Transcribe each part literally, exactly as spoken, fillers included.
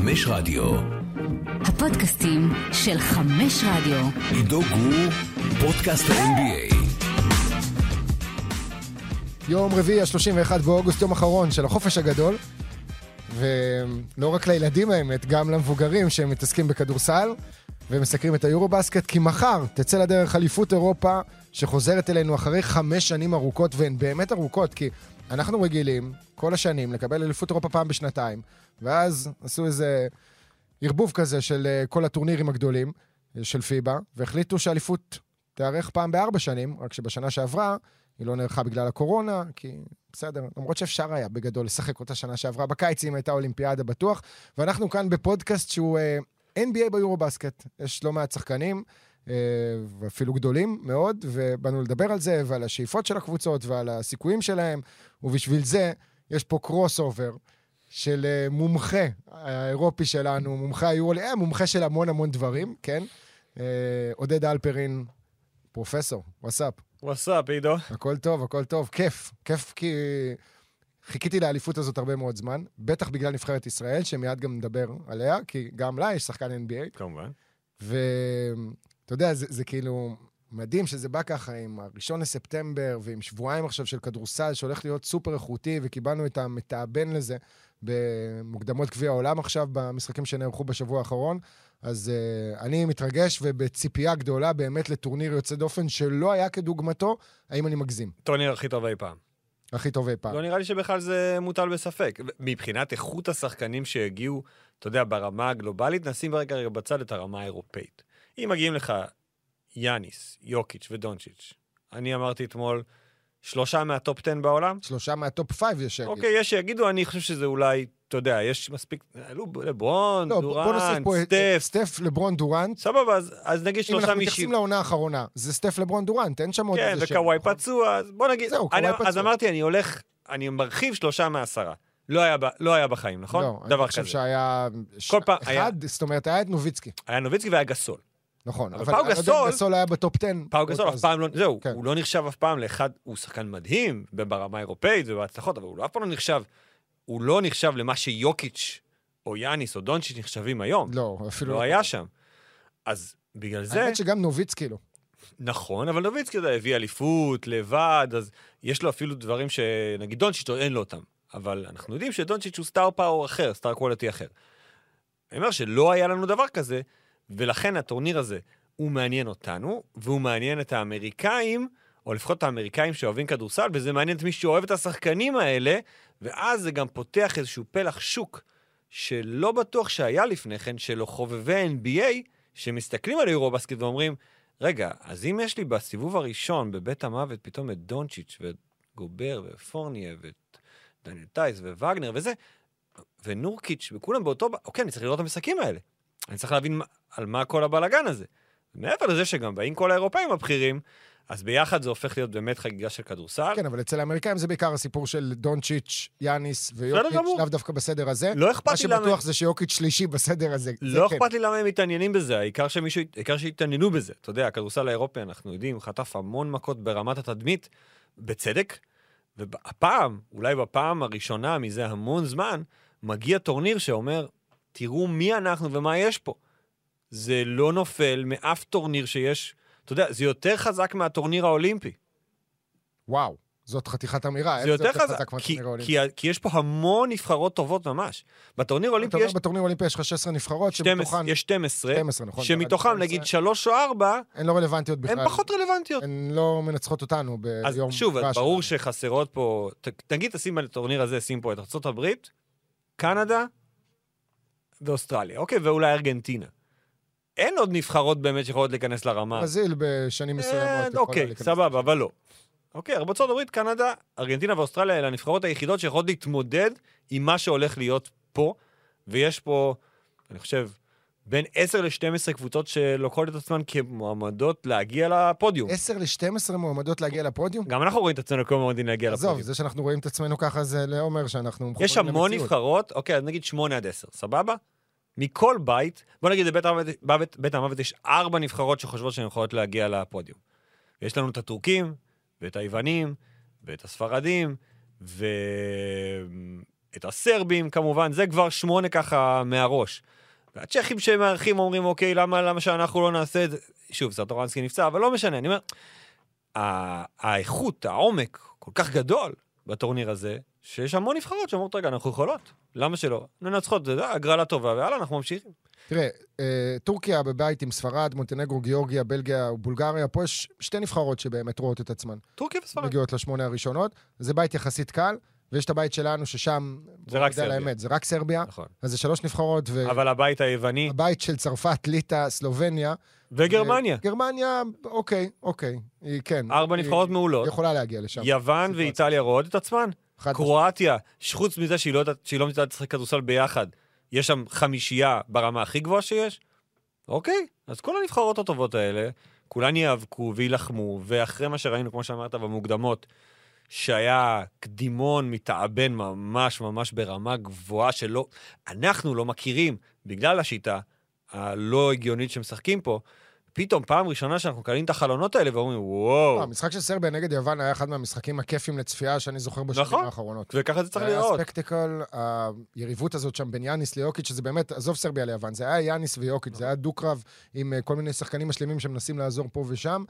חמש רדיו. הפודקאסטים של חמש רדיו. עידו גור, פודקאסט ה-אן בי איי. יום רביעי, ה-שלושים ואחד באוגוסט, יום אחרון של החופש הגדול. ולא רק לילדים האמת, גם למבוגרים שהם מתעסקים בכדורסל ומסקרים את היורובסקט, כי מחר תצא לדרך אליפות אירופה שחוזרת אלינו אחרי חמש שנים ארוכות, והן באמת ארוכות, כי אנחנו רגילים כל השנים לקבל אליפות אירופה פעם בשנתיים, ואז עשו איזה ערבוב כזה של כל הטורנירים הגדולים של פיבה, והחליטו שהאליפות תארך פעם בארבע שנים, רק שבשנה שעברה היא לא נערכה בגלל הקורונה, כי בסדר, למרות שאפשר היה בגדול לשחק אותה שנה שעברה בקיץ, אם הייתה אולימפיאדה בטוח, ואנחנו כאן בפודקאסט שהוא אן בי איי ביורובסקט, יש לא מעט שחקנים, ואפילו גדולים מאוד, ובאנו לדבר על זה, ועל השאיפות של הקבוצות, ועל הסיכויים שלהם, ובשביל זה יש פה קרוס אובר של מומחה האירופי שלנו, מומחה היורוליג, אה, מומחה של המון המון דברים, כן? עודד אלפרין, פרופסור, וואסאפ. וואסאפ, עידו. הכל טוב, הכל טוב, כיף, כיף כי חיכיתי לאליפות הזאת הרבה מאוד זמן, בטח בגלל נבחרת ישראל, שמיד גם נדבר עליה, כי גם לה יש שחקן אן בי איי. כמובן. ואתה יודע, זה, זה כאילו מדהים שזה בא ככה עם הראשון לספטמבר, ועם שבועיים עכשיו של כדורסל, שהולך להיות סופר איכותי, וקיבלנו את המתאבן לזה במוקדמות גביע העולם עכשיו, במשחקים שנערכו בשבוע האחרון. אז uh, אני מתרגש ובציפייה גדולה באמת לטורניר יוצא דופן שלא היה כדוגמתו. האם אני מגזים? טורניר הכי טוב אי פעם. הכי טוב אי פעם. לא נראה לי שבכלל זה מוטל בספק. מבחינת איכות השחקנים שהגיעו, אתה יודע, ברמה הגלובלית, נשים ברגע רגע בצד את הרמה האירופאית. אם מגיעים לך יאניס, יוקיץ' ודונצ'יץ', אני אמרתי אתמול, שלושה מהטופ עשר בעולם? שלושה מהטופ חמש יש שיגידו. אוקיי, יש שיגידו, אני חושב שזה אולי, אתה יודע, יש מספיק, לברון, לא, דורנט, סטף. סטף, לברון, דורנט. סבבה, אז, אז נגיד שלושה אם אנחנו מישים. מתייחסים לעונה האחרונה, זה סטף, לברון, דורנט, אין שם עוד כן, איזה שם. וקוואי פצוע, אז בוא נגיד, זהו, אני, קוואי פצוע. אז אמרתי, אני הולך, אני מרחיב שלושה מעשרה. לא היה, לא היה בחיים, נכון? לא, דבר אני חושב כזה. שהיה כל פעם אחד, היה... זאת אומרת, היה את נוביצקי. היה נוביצקי והיה גסול. נכון, אבל אבל פאו עודד גסול- גסול היה בטופ עשר. פאו גסול אף פעם לא, זהו, כן. הוא לא נחשב אף פעם לאחד, הוא שחקן מדהים, ברמה האירופאית ובהצלחות, אבל הוא לא אף פעם לא נחשב, הוא לא נחשב למה שיוקיץ' או יאניס או דונצ'יץ' נחשבים היום. לא, אפילו לא היה שם. אז בגלל זה... האמת שגם נוביצקי לא. נכון, אבל נוביצקי יודע, הביא אליפות, לבד, אז יש לו אפילו דברים שנגיד דונצ'יץ' אין לו אותם. אבל אנחנו יודעים שדונצ'יץ' הוא סטאר פאוור אחר, סטאר קואליטי אחר. אני אומר שלא היה לנו דבר כזה, ולכן הטורניר הזה הוא מעניין אותנו, והוא מעניין את האמריקאים, או לפחות את האמריקאים שאוהבים כדורסל, וזה מעניין את מי שאוהב את השחקנים האלה, ואז זה גם פותח איזשהו פלח שוק, שלא בטוח שהיה לפני כן, שלו חובבי אן בי איי, שמסתכלים על היורובסקט ואומרים, רגע, אז אם יש לי בסיבוב הראשון, בבית המוות, פתאום את דונצ'יץ' ואת גובר ופורניה, ואת דניאל טייס ווגנר וזה, ונורקיץ' וכולם באותו, אוקיי, אני צריך לראות את המשחקים האלה. אני צריך להבין על מה כל הבלגן הזה. מעבר לזה שגם באים כל האירופאים הבכירים, אז ביחד זה הופך להיות באמת חגיגה של כדורסל. כן, אבל אצל האמריקאים זה בעיקר הסיפור של דונצ'יץ', יאניס ויוקיץ', לאו דווקא בסדר הזה. לא אכפת לי מה למה... שבטוח זה שיוקיץ' שלישי בסדר הזה. לא אכפת לי למה הם מתעניינים בזה, העיקר שמישהו, העיקר שהתעניינו בזה. אתה יודע, הכדורסל האירופי, אנחנו יודעים, חטף המון מכות ברמת התדמית, בצדק, והפעם, אולי בפעם הראשונה מזה המון זמן, מגיע טורניר שאומר, תראו מי אנחנו ומה יש פה. זה לא נופל מאף טורניר שיש, אתה יודע, זה יותר חזק מהטורניר האולימפי. וואו, זאת חתיכת אמירה. זה יותר חזק, כי, כי, כי יש פה המון נבחרות טובות ממש. בטורניר האולימפי יש... בטורניר האולימפי יש לך שש עשרה נבחרות, שמתוכן... יש שתים עשרה, שתים עשרה, נכון, שמתוכן נגיד שלוש או ארבע, הן לא רלוונטיות בכלל. הן פחות רלוונטיות. הן לא מנצחות אותנו ביום... אז שוב, אז ברור שחסרות פה... תגיד, תשים בטורניר הזה, שים פה את ארצות הברית, קנדה ואוסטרליה, אוקיי, ואולי ארגנטינה. אין עוד נבחרות באמת שיכולות להיכנס לרמה. ברזיל בשנים מסוימות. אוקיי, סבבה, אבל לא. אוקיי, ארצות הברית, קנדה, ארגנטינה ואוסטרליה, אלה הנבחרות היחידות שיכולות להתמודד עם מה שהולך להיות פה, ויש פה, אני חושב, בין עשר ל-שתים עשרה קבוצות שלוקחות את עצמן כמועמדות להגיע לפודיום. עשר ל-שתים עשרה מועמדות להגיע לפודיום? גם אנחנו רואים את עצמנו כמועמדים להגיע לפודיום. עזוב, זה שאנחנו רואים את עצמנו ככה, זה לא אומר שאנחנו... יש המון נבחרות, אוקיי, אז נגיד שמונה עד עשר, סבבה? מכל בית, בוא נגיד, בבית המוות, בבית, בית המוות יש ארבע נבחרות שחושבות שהן יכולות להגיע לפודיום. ויש לנו את הטורקים, ואת היוונים, ואת הספרדים, ו... את הסרבים כמובן, זה כבר שמונה ככה מהראש. והצ'כים שמארחים אומרים, אוקיי, למה, למה שאנחנו לא נעשה את זה? שוב, סטורנסקי נפצע, אבל לא משנה, אני אומר, האיכות, העומק, כל כך גדול בטורניר הזה, שיש המון נבחרות שאומרות, רגע, אנחנו יכולות. למה שלא? ננצחות, זה הגרלה טובה, ויאללה, אנחנו ממשיכים. תראה, טורקיה בבית עם ספרד, מונטנגרו, גיאורגיה, בלגיה ובולגריה, פה יש שתי נבחרות שבאמת רואות את עצמן. טורקיה וספרד. מגיעות לשמונה הראשונות, זה בית יחסית קל, ויש את הבית שלנו ששם, זה רק סרביה. לאמת, זה רק סרביה, נכון. אז זה שלוש נבחרות. ו... אבל הבית היווני. הבית של צרפת, ליטא, סלובניה. וגרמניה. ו... גרמניה, אוקיי, אוקיי, היא כן. ארבע היא... נבחרות מעולות. יכולה להגיע לשם. יוון ואיטליה רואות את עצמן. חד קרואטיה, חוץ מזה שהיא לא, שהיא לא מתדעת לשחק כדורסל ביחד, יש שם חמישייה ברמה הכי גבוהה שיש. אוקיי, אז כל הנבחרות הטובות האלה, כולן יאבקו וילחמו, ואחרי מה שראינו, כמו שאמרת, במוקדמות, שהיה קדימון מתאבן ממש ממש ברמה גבוהה שלא, אנחנו לא מכירים, בגלל השיטה הלא הגיונית שמשחקים פה, פתאום פעם ראשונה שאנחנו קלים את החלונות האלה ואומרים, וואו. המשחק של סרביה נגד יוון היה אחד מהמשחקים הכיפים לצפייה שאני זוכר בשנים האחרונות. וככה זה צריך להיות. לראות. היה ספקטיקל, היריבות הזאת שם בין יאניס ליוקיץ', שזה באמת, עזוב סרביה ליוון, זה היה יאניס ויוקיץ', זה היה דו-קרב עם כל מיני שחקנים משלימים שמנסים לעזור פה ושם.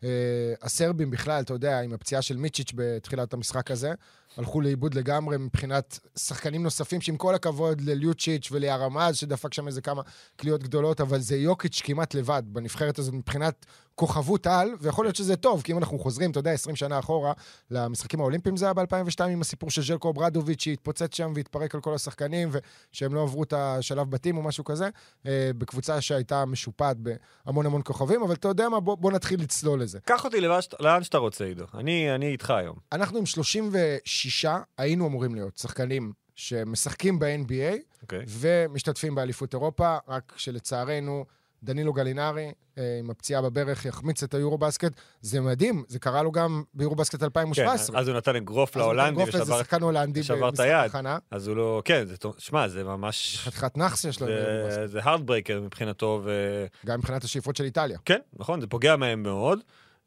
הסרבים בכלל, אתה יודע, עם הפציעה של מיצ'יץ' בתחילת המשחק הזה, הלכו לאיבוד לגמרי מבחינת שחקנים נוספים, שעם כל הכבוד לליוצ'יץ' ולירמז, שדפק שם איזה כמה קליות גדולות, אבל זה יוקיץ' כמעט לבד בנבחרת הזאת מבחינת כוכבות על, ויכול להיות שזה טוב, כי אם אנחנו חוזרים, אתה יודע, עשרים שנה אחורה, למשחקים האולימפיים זה היה ב-אלפיים ושתיים עם הסיפור של ז'לקו ברדוביץ' שהתפוצץ שם והתפרק על כל השחקנים, ושהם לא עברו את השלב בתים או משהו כזה, בקבוצה שהייתה משופעת בהמון המון כוכבים, אבל אתה יודע מה, בוא, בוא נתחיל לצלול לזה. קח אותי לאן שאתה רוצה, עידו. אני, אני איתך היום. אנחנו עם שלושים ושש היינו אמורים להיות שחקנים שמשחקים ב-אן בי איי, okay. ומשתתפים באליפות אירופה, רק שלצערנו דנילו גלינרי, עם הפציעה בברך, יחמיץ את היורובסקט. זה מדהים, זה קרה לו גם ביורובסקט אלפיים שבע עשרה. כן, אז הוא נתן אגרוף להולנדי, ושבר, זה שחקן הולנדי במשחק הכנה. אז הוא לא, כן, זה, שמה, זה ממש... חתיכת נחס יש לו. זה, זה הארדברייקר מבחינתו. ו... גם מבחינת השאיפות של איטליה. כן, נכון, זה פוגע מהם מאוד,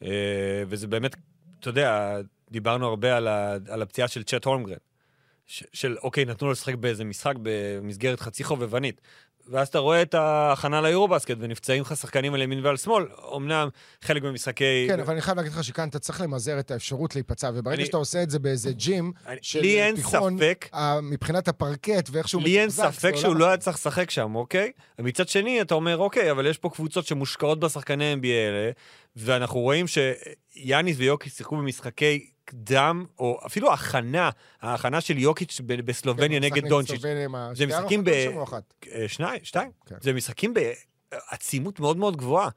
וזה באמת, אתה יודע, דיברנו הרבה על, ה, על הפציעה של צ'ט הולמגרן, ש, של, אוקיי, נתנו לו לשחק באיזה משחק במסגרת חצי חובבנית, ואז אתה רואה את ההכנה ליורובסקט, ונפצעים לך שחקנים על ימין ועל שמאל, אמנם חלק במשחקי... כן, אבל אני חייב להגיד לך שכאן אתה צריך למזער את האפשרות להיפצע, וברגע שאתה עושה את זה באיזה ג'ים, לי אין ספק... מבחינת הפרקט ואיכשהו... לי אין ספק שהוא לא היה צריך לשחק שם, אוקיי? מצד שני, אתה אומר, אוקיי, אבל יש פה קבוצות שמושקעות בשחקני אן בי איי האלה, ואנחנו רואים שיאניס ויוקיץ' שיחקו במשחקי קדם, או אפילו ההכנה, ההכנה של יוקיץ' בסלובניה נגד דונצ'יץ'. זה משחקים ב... שניים, שתיים. זה משחקים בעצימות מאוד מאוד גבוהה.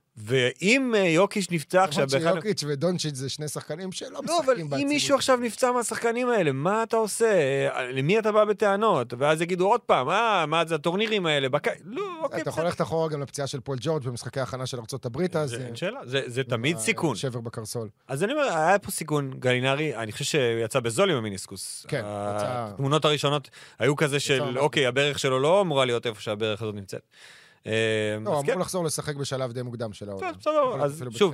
ואם יוקיץ' נפצע עכשיו... נכון שיוקיץ' ודונצ'יץ' זה שני שחקנים שלא משחקים בעצימות. לא, אבל אם מישהו עכשיו נפצע מהשחקנים האלה, מה אתה עושה? למי אתה בא בטענות? ואז יגידו עוד פעם, אה, מה זה הטורנירים האלה? לא, אוקיי. אתה יכול ללכת אחורה גם לפציעה של פול ג'ורג' במשחקי ההכנה של ארצות הברית, אז... אין שאלה, זה תמיד סיכון. שבר בקרסול. אז אני אומר, היה פה סיכון גלינרי, אני חושב שיצא בזול עם המיניסקוס. כן, יצא... התמונות הראשונות היו כזה של, אוקיי, הברך שלו לא אמורה להיות איפה שהברך הזאת נמצאת. לא, אמור לחזור לשחק בשלב די מוקדם של העונה. בסדר, אז שוב,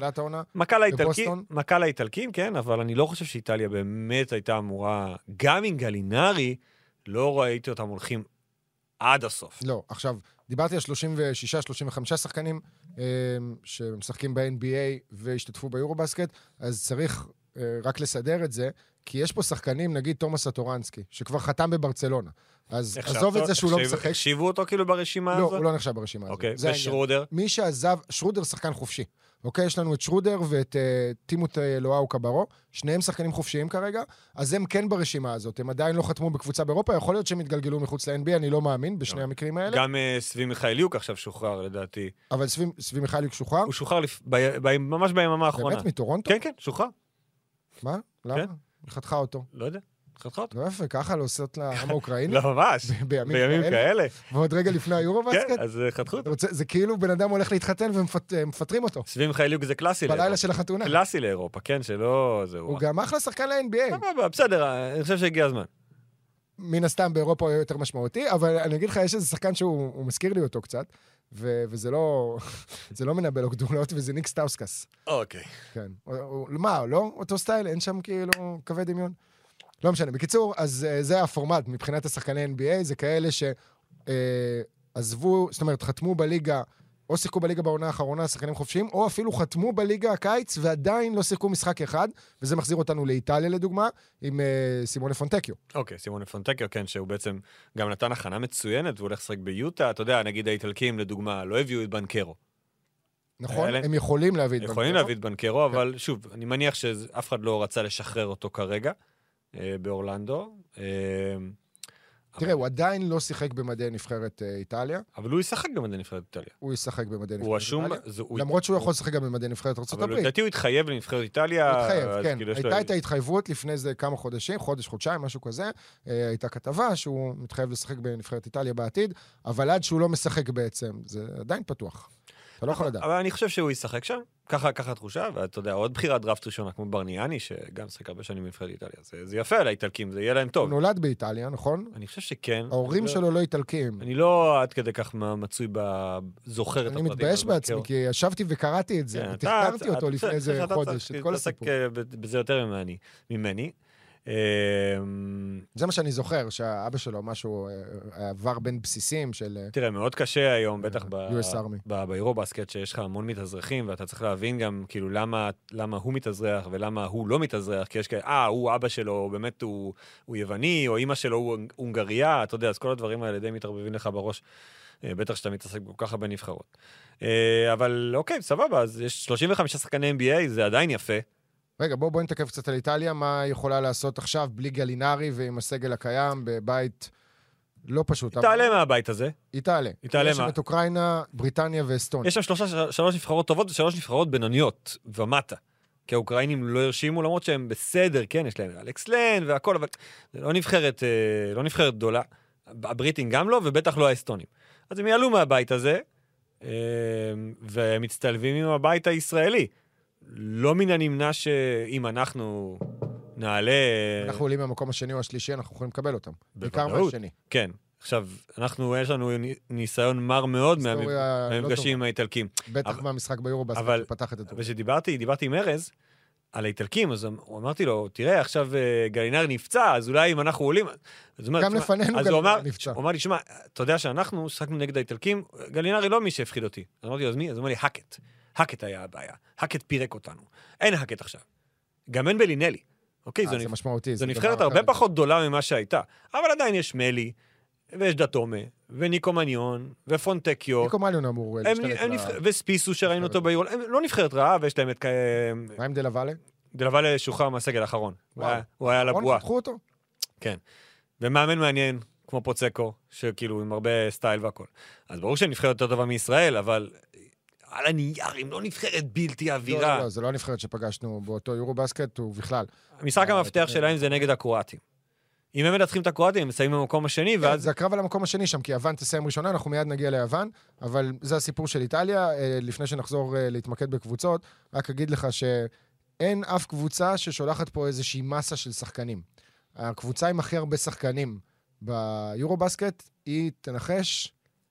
מכה לאיטלקים, כן, אבל אני לא חושב שאיטליה באמת הייתה אמורה, גם עם גלינרי, לא ראיתי אותם הולכים עד הסוף. לא, עכשיו, דיברתי על שלושים ושש שלושים וחמש שחקנים שמשחקים ב-אן בי איי והשתתפו ביורובסקט, אז צריך רק לסדר את זה, כי יש פה שחקנים, נגיד תומאס סטורנסקי, שכבר חתם בברצלונה. אז עזוב את זה שהוא לא משחק. החשיבו אותו כאילו ברשימה הזאת? לא, הוא לא נחשב ברשימה הזאת. אוקיי, ושרודר? מי שעזב, שרודר שחקן חופשי. אוקיי, יש לנו את שרודר ואת טימות לואו קברו, שניהם שחקנים חופשיים כרגע, אז הם כן ברשימה הזאת, הם עדיין לא חתמו בקבוצה באירופה, יכול להיות שהם יתגלגלו מחוץ ל-אן בי איי, אני לא מאמין בשני המקרים האלה. גם סבי מיכאליוק עכשיו שוחרר, לדעתי. אבל סבי מיכאליוק שוחרר? הוא שוחרר ממש ביממה האחרונה. באמת, מטורונטו? כן, כן, שוחרר. מה? למה? חתכה אותו. לא יודע. חתכה אותו. לא יפה, ככה לעשות לעם האוקראיני? לא ממש, בימים כאלה. ועוד רגע לפני היורובסקט? כן, אז חתכו אותו. זה כאילו בן אדם הולך להתחתן ומפטרים אותו. סבי מיכאליוק זה קלאסי לאירופה. בלילה של החתונה. קלאסי לאירופה, כן, שלא... הוא גם אחלה שחקן ל-אן בי איי. בסדר, אני חושב שהגיע הזמן. מן הסתם באירופה הוא יותר משמעותי, אבל אני אגיד לך, יש איזה שחקן שהוא מזכיר לי אותו קצת, וזה לא, זה לא מנבל לו גדולות, וזה ניק סטאוסקס. אוקיי. כן. מה, לא? אותו סטייל, אין שם כאילו קווי דמיון. לא משנה. בקיצור, אז זה הפורמט מבחינת השחקני אן בי איי, זה כאלה שעזבו, זאת אומרת, חתמו בליגה, או שיחקו בליגה בעונה האחרונה, שחקנים חופשיים, או אפילו חתמו בליגה הקיץ, ועדיין לא שיחקו משחק אחד, וזה מחזיר אותנו לאיטליה, לדוגמה, עם uh, סימונה פונטקיו. אוקיי, סימונה פונטקיו, כן, שהוא בעצם גם נתן הכנה מצוינת, והוא הולך לשחק ביוטה, אתה יודע, נגיד האיטלקים, לדוגמה, לא הביאו את בנקרו. נכון, אלה... הם יכולים להביא את בנקרו. יכולים להביא את בנקרו, כן. אבל שוב, אני מניח שאף אחד לא רצה לשחרר אותו כרגע, אה, באורלנדו. אה, תראה, הוא עדיין לא שיחק במדי נבחרת איטליה. אבל הוא ישחק במדי נבחרת איטליה. הוא ישחק במדי נבחרת איטליה. הוא... למרות שהוא יכול לשחק גם במדי נבחרת ארצות הברית. אבל לדעתי הוא התחייב לנבחרת איטליה. הוא התחייב, כן. כאילו הייתה לו... את ההתחייבות לפני זה כמה חודשים, חודש, חודשיים, משהו כזה. הייתה כתבה שהוא מתחייב לשחק בנבחרת איטליה בעתיד, אבל עד שהוא לא משחק בעצם, זה עדיין פתוח. אתה לא יכול לדעת. אבל אני חושב שהוא ישחק שם, ככה, ככה התחושה, ואתה יודע, עוד בחירת דראפט ראשונה, כמו ברניאני, שגם שחק הרבה שנים בנבחרת איטליה. זה, זה יפה על האיטלקים, זה יהיה להם טוב. הוא נולד באיטליה, נכון? אני חושב שכן. ההורים שלו לא איטלקים. אני לא עד כדי כך מצוי בזוכר את הפרטים. אני מתבייש בעצמי, כי ישבתי וקראתי את זה, ותחקרתי אותו לפני איזה חודש, את כל הסיפור. בזה יותר ממני. זה מה שאני זוכר, שהאבא שלו משהו עבר בין בסיסים של... תראה, מאוד קשה היום, בטח ביורובסקט, שיש לך המון מתאזרחים, ואתה צריך להבין גם, כאילו, למה הוא מתאזרח ולמה הוא לא מתאזרח, כי יש כאלה, אה, הוא אבא שלו, באמת הוא יווני, או אמא שלו הוא הונגריה, אתה יודע, אז כל הדברים האלה די מתערבבים לך בראש, בטח שאתה מתעסק כל כך הרבה נבחרות. אבל אוקיי, סבבה, אז יש שלושים וחמישה שחקני אן בי איי, זה עדיין יפה. רגע, בואו בוא נתקף קצת על איטליה, מה היא יכולה לעשות עכשיו בלי גלינרי ועם הסגל הקיים בבית לא פשוט. היא תעלה מהבית הזה. היא תעלה. היא תעלה יש מה... שם את אוקראינה, בריטניה ואסטוניה. יש שם שלושה, שלוש נבחרות טובות ושלוש נבחרות בינוניות ומטה. כי האוקראינים לא הרשימו, למרות שהם בסדר, כן, יש להם אלכס לן והכל, אבל זה לא נבחרת, לא נבחרת גדולה. הבריטים גם לא, ובטח לא האסטונים. אז הם יעלו מהבית הזה, ומצטלבים עם הבית הישראלי. לא מן הנמנע שאם אנחנו נעלה... אנחנו עולים מהמקום השני או השלישי, אנחנו יכולים לקבל אותם. בעיקר מהשני. כן. עכשיו, אנחנו, יש לנו ניסיון מר מאוד מהמפגשים עם האיטלקים. בטח מהמשחק ביורובסקט שפתח את הדור. ושדיברתי, דיברתי עם ארז על האיטלקים, אז אמרתי לו, תראה, עכשיו גלינר נפצע, אז אולי אם אנחנו עולים... גם לפנינו גלינר נפצע. הוא אמר לי, שמע, אתה יודע שאנחנו שחקנו נגד האיטלקים, גלינר היא לא מי שהפחיד אותי. אז אמרתי, אז מי? אז הוא אמר לי, הקט. הקט היה הבעיה. הקט פירק אותנו. אין הקט עכשיו. גם אין בלינלי. אוקיי, זה משמעותי. זו נבחרת הרבה פחות גדולה ממה שהייתה. אבל עדיין יש מלי, ויש דתומה, וניקו מניון, ופונטקיו. ניקו מניון אמור להשתלט. וספיסו שראינו אותו ביורול. הם לא נבחרת רעה, ויש להם את... מה עם דלוואלה? דלוואלה שוחרר מהסגל האחרון. הוא היה לבועה. פתחו אותו? כן. ומאמן מעניין, כמו פוצקו, שכאילו עם הרבה סטייל והכל. אז ברור שהם נבחרת יותר טובה מישראל, אבל... על הנייר, אם לא נבחרת בלתי אווירה. לא, לא, זה לא נבחרת שפגשנו באותו יורובסקט, ובכלל. המשחק המפתח שלהם זה נגד הקרואטים. אם הם מנצחים את הקרואטים, הם מסיימים במקום השני, ואז... זה הקרב על המקום השני שם, כי יוון תסיים ראשונה, אנחנו מיד נגיע ליוון, אבל זה הסיפור של איטליה. לפני שנחזור להתמקד בקבוצות, רק אגיד לך שאין אף קבוצה ששולחת פה איזושהי מסה של שחקנים. הקבוצה עם הכי הרבה שחקנים ביורובסקט, היא תנחש...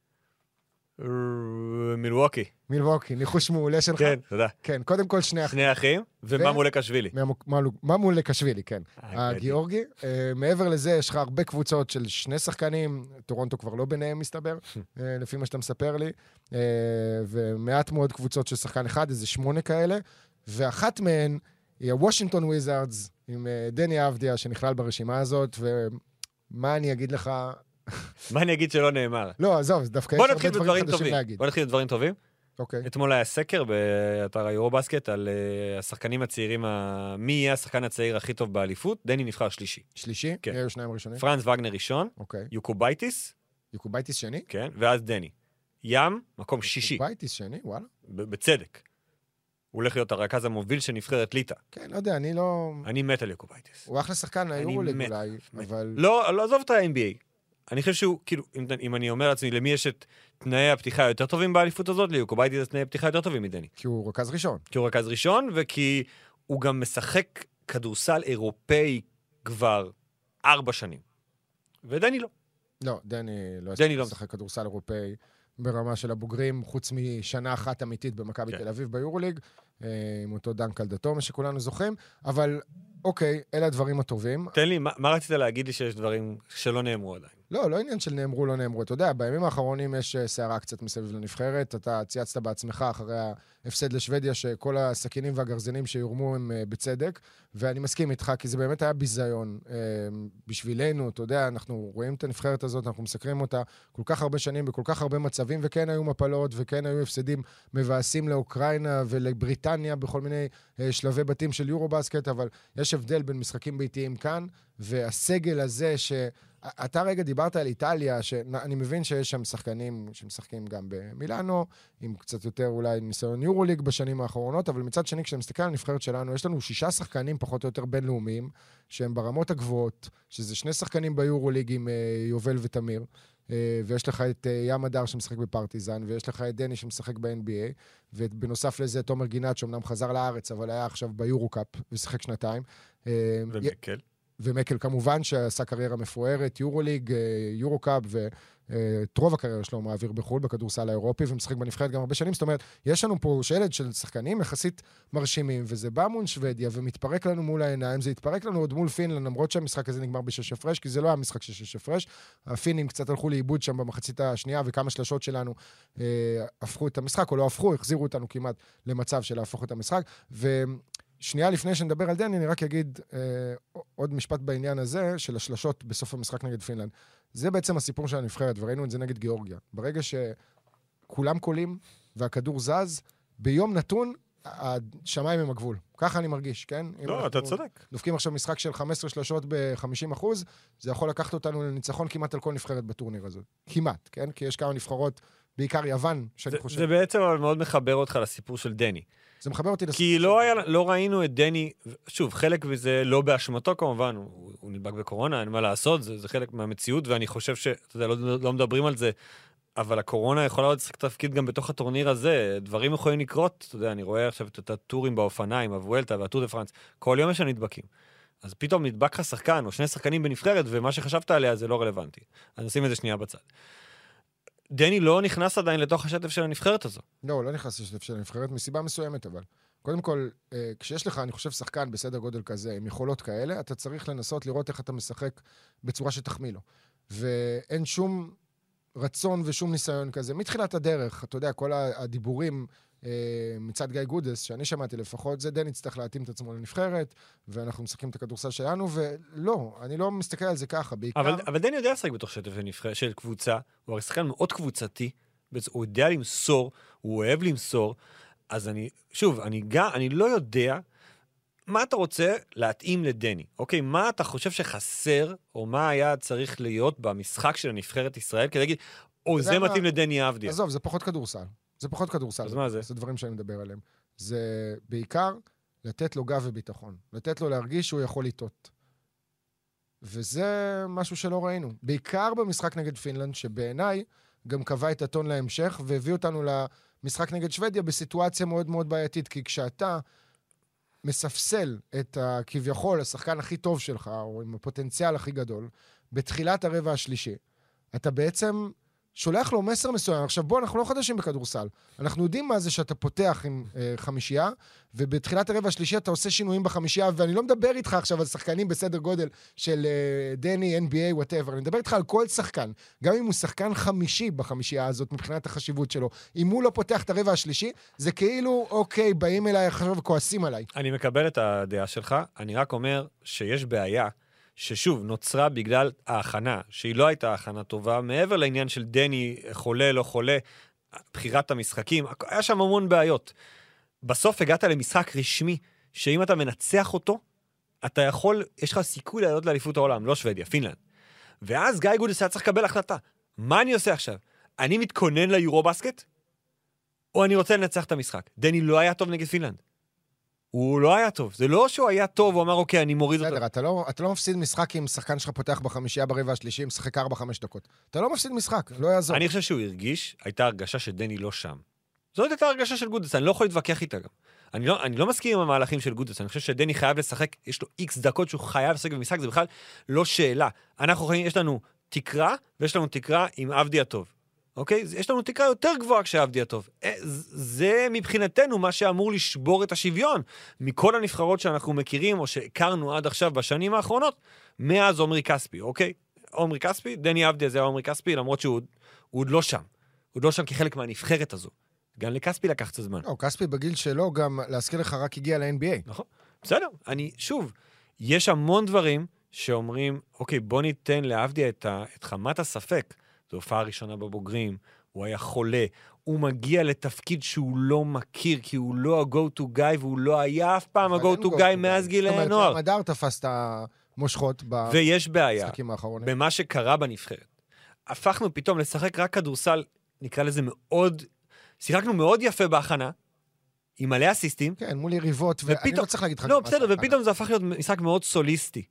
מילווקי. מילווקי, ניחוש מעולה שלך. כן, תודה. כן, קודם כל שני אחים. שני אחים, וממו לקשווילי. ממו לקשווילי, כן. הגיאורגי. מעבר לזה, יש לך הרבה קבוצות של שני שחקנים, טורונטו כבר לא ביניהם מסתבר, לפי מה שאתה מספר לי, ומעט מאוד קבוצות של שחקן אחד, איזה שמונה כאלה, ואחת מהן היא הוושינגטון וויזארדס, עם דני אבדיה, שנכלל ברשימה הזאת, ומה אני אגיד לך... מה אני אגיד שלא נאמר? לא, עזוב, דווקא יש הרבה דברים חדשים להגיד. בוא נתחיל בדברים טובים. אוקיי. אתמול היה סקר באתר היורובסקט על השחקנים הצעירים, מי יהיה השחקן הצעיר הכי טוב באליפות? דני נבחר שלישי. שלישי? כן. היו שניים ראשונים? פרנס וגנר ראשון. אוקיי. יוקובייטיס. יוקובייטיס שני? כן, ואז דני. ים, מקום שישי. יוקובייטיס שני, וואלה. בצדק. הוא הולך להיות הרכז המוביל של נבחרת ליטא. כן, לא יודע, אני לא... אני מת על יוקובייטיס. הוא אחלה שחקן ליורוליג אולי, אבל... לא, לא עזוב את ה-אן בי איי. אני חושב שהוא, כאילו, אם, אם אני אומר לעצמי, למי יש את תנאי הפתיחה היותר טובים באליפות הזאת, ליוקובייטיס זה תנאי הפתיחה יותר טובים מדני. כי הוא רכז ראשון. כי הוא רכז ראשון, וכי הוא גם משחק כדורסל אירופאי כבר ארבע שנים. ודני לא. לא, דני לא דני לא משחק כדורסל אירופאי ברמה של הבוגרים, חוץ משנה אחת אמיתית במכבי כן. תל אביב ביורוליג, עם אותו דנק על דתו, מה שכולנו זוכרים, אבל אוקיי, אלה הדברים הטובים. תן לי, מה, מה רצית להגיד לי שיש דברים שלא נאמרו עדיין? לא, לא עניין של נאמרו, לא נאמרו. אתה יודע, בימים האחרונים יש שערה קצת מסביב לנבחרת, אתה צייצת בעצמך אחרי ההפסד לשוודיה, שכל הסכינים והגרזנים שיורמו הם בצדק, ואני מסכים איתך, כי זה באמת היה ביזיון בשבילנו, אתה יודע, אנחנו רואים את הנבחרת הזאת, אנחנו מסקרים אותה כל כך הרבה שנים, בכל כך הרבה מצבים, וכן היו מפלות, וכן היו הפסדים מבאסים לאוקראינה ולבריטניה, בכל מיני שלבי בתים של יורובסקט, אבל יש הבדל בין משחקים ביתיים כאן, והסגל הזה ש... אתה רגע דיברת על איטליה, שאני מבין שיש שם שחקנים שמשחקים גם במילאנו, עם קצת יותר אולי ניסיון יורוליג בשנים האחרונות, אבל מצד שני, כשאתה מסתכל על הנבחרת שלנו, יש לנו שישה שחקנים פחות או יותר בינלאומיים, שהם ברמות הגבוהות, שזה שני שחקנים ביורוליג עם יובל ותמיר, ויש לך את ים הדר שמשחק בפרטיזן, ויש לך את דני שמשחק ב-אן בי איי, ובנוסף לזה תומר גינת, שאומנם חזר לארץ, אבל היה עכשיו ביורוקאפ, ושיחק שנתיים. ומקל. ומקל כמובן שעשה קריירה מפוארת, יורוליג, יורוקאפ, ואת רוב הקריירה שלו מעביר בחול, בכדורסל האירופי, ומשחק בנבחרת גם הרבה שנים. זאת אומרת, יש לנו פה שלד של שחקנים יחסית מרשימים, וזה בא מול שוודיה, ומתפרק לנו מול העיניים, זה התפרק לנו עוד מול פינלנד, למרות שהמשחק הזה נגמר בשש הפרש, כי זה לא היה משחק של שש הפרש. הפינים קצת הלכו לאיבוד שם במחצית השנייה, וכמה שלשות שלנו אה, הפכו את המשחק, או לא הפכו, החזירו אותנו כמעט למצב של להפוך את המשחק, ו... שנייה לפני שנדבר על דני, אני רק אגיד אה, עוד משפט בעניין הזה, של השלשות בסוף המשחק נגד פינלנד. זה בעצם הסיפור של הנבחרת, וראינו את זה נגד גיאורגיה. ברגע שכולם קולים והכדור זז, ביום נתון, השמיים הם הגבול. ככה אני מרגיש, כן? לא, אתה צודק. דופקים עכשיו משחק של חמש עשרה שלשות ב-חמישים אחוז, זה יכול לקחת אותנו לניצחון כמעט על כל נבחרת בטורניר הזה. כמעט, כן? כי יש כמה נבחרות, בעיקר יוון, שאני זה, חושב. זה בעצם מאוד מחבר אותך לסיפור של דני. זה מחבר אותי לסיפור. כי לא, היה, לא ראינו את דני, שוב, חלק מזה לא באשמתו כמובן, הוא, הוא נדבק בקורונה, אין מה לעשות, זה, זה חלק מהמציאות, ואני חושב שאתה יודע, לא, לא מדברים על זה, אבל הקורונה יכולה עוד לשחק תפקיד גם בתוך הטורניר הזה, דברים יכולים לקרות, אתה יודע, אני רואה עכשיו את הטורים באופניים, הוולטה והטור דה פרנס, כל יום יש נדבקים. אז פתאום נדבק לך שחקן, או שני שחקנים בנבחרת, ומה שחשבת עליה זה לא רלוונטי. אז נשים את זה שנייה בצד. דני לא נכנס עדיין לתוך השטף של הנבחרת הזו. לא, לא נכנס לשטף של הנבחרת, מסיבה מסוימת, אבל. קודם כל, כשיש לך, אני חושב, שחקן בסדר גודל כזה, עם יכולות כאלה, אתה צריך לנסות לראות איך אתה משחק בצורה שתחמיא לו. ואין שום רצון ושום ניסיון כזה. מתחילת הדרך, אתה יודע, כל הדיבורים מצד גיא גודס, שאני שמעתי לפחות, זה דני צריך להתאים את עצמו לנבחרת, ואנחנו משחקים את הכדורסל שלנו, ולא, אני לא מסתכל על זה ככה, בעיקר... אבל, אבל דני יודע לשחק בתוך שטף של, של קבוצה, הוא הרי שחקן מאוד קבוצתי, הוא יודע למסור, הוא אוהב למסור, אז אני, שוב, אני, גם, אני לא יודע מה אתה רוצה להתאים לדני, אוקיי? מה אתה חושב שחסר, או מה היה צריך להיות במשחק של הנבחרת ישראל, כדי להגיד, או זה מתאים לדני אבדיה. עזוב, זה פחות כדורסל. זה פחות כדורסל. אז מה זה? זה דברים שאני מדבר עליהם. זה בעיקר לתת לו גב וביטחון. לתת לו להרגיש שהוא יכול לטעות. וזה משהו שלא ראינו. בעיקר במשחק נגד פינלנד, שבעיניי גם קבע את הטון להמשך, והביא אותנו למשחק נגד שוודיה בסיטואציה מאוד מאוד בעייתית, כי כשאתה מספסל את הכביכול, השחקן הכי טוב שלך, או עם הפוטנציאל הכי גדול, בתחילת הרבע השלישי, אתה בעצם שולח לו מסר מסוים. עכשיו בוא, אנחנו לא חדשים בכדורסל. אנחנו יודעים מה זה שאתה פותח עם אה, חמישייה, ובתחילת הרבע השלישי אתה עושה שינויים בחמישייה, ואני לא מדבר איתך עכשיו על שחקנים בסדר גודל של אה, דני, אן בי איי, whatever. אני מדבר איתך על כל שחקן. גם אם הוא שחקן חמישי בחמישייה הזאת, מבחינת החשיבות שלו. אם הוא לא פותח את הרבע השלישי, זה כאילו, אוקיי, באים אליי עכשיו וכועסים עליי. אני מקבל את הדעה שלך. אני רק אומר שיש בעיה, ששוב, נוצרה בגלל ההכנה, שהיא לא הייתה הכנה טובה, מעבר לעניין של דני, חולה, לא חולה, בחירת המשחקים, היה שם המון בעיות. בסוף הגעת למשחק רשמי, שאם אתה מנצח אותו, אתה יכול, יש לך סיכוי לעלות לאליפות העולם, לא שוודיה, פינלנד. ואז גיא גודס היה צריך לקבל החלטה. מה אני עושה עכשיו? אני מתכונן ליורובסקט? או אני רוצה לנצח את המשחק? דני לא היה טוב נגד פינלנד. הוא לא היה טוב. זה לא שהוא היה טוב, הוא אמר, אוקיי, אני מוריד אותו. בסדר, אתה לא, אתה לא מפסיד משחק עם שחקן שלך פותח בחמישייה ברבע השלישי, משחק ארבע חמש דקות. אתה לא מפסיד משחק, לא יעזור. אני חושב שהוא הרגיש, הייתה הרגשה שדני לא שם. זאת הייתה הרגשה של גודס, אני לא יכול להתווכח איתה גם. אני לא, אני לא מסכים עם המהלכים של גודס, אני חושב שדני חייב לשחק, יש לו איקס דקות שהוא חייב לשחק במשחק, זה בכלל לא שאלה. אנחנו חייבים, יש לנו תקרה, ויש לנו תקרה עם אבדי הטוב. אוקיי? יש לנו תקרה יותר גבוהה כשעבדיה טוב. זה מבחינתנו מה שאמור לשבור את השוויון מכל הנבחרות שאנחנו מכירים, או שהכרנו עד עכשיו בשנים האחרונות, מאז עומרי כספי, אוקיי? עומרי כספי, דני עבדיה זה עומרי כספי, למרות שהוא עוד לא שם. הוא עוד לא שם כחלק מהנבחרת הזו. גם לכספי לקח את הזמן. לא, כספי בגיל שלו גם, להזכיר לך, רק הגיע ל-אן בי איי. נכון. בסדר. אני, שוב, יש המון דברים שאומרים, אוקיי, בוא ניתן לעבדיה את, ה, את חמת הספק. זו הופעה הראשונה בבוגרים, הוא היה חולה, הוא מגיע לתפקיד שהוא לא מכיר, כי הוא לא ה-go to guy, והוא לא היה אף פעם ה-go to guy מאז גיל הנוער. זאת אומרת, המדר תפס את המושכות ויש בעיה, במשחקים האחרונים. במה שקרה בנבחרת. הפכנו פתאום לשחק רק כדורסל, נקרא לזה מאוד, שיחקנו מאוד יפה בהכנה, עם מלא אסיסטים. כן, מול יריבות, ואני לא צריך להגיד לך... לא, בסדר, ופתאום זה הפך להיות משחק מאוד סוליסטי.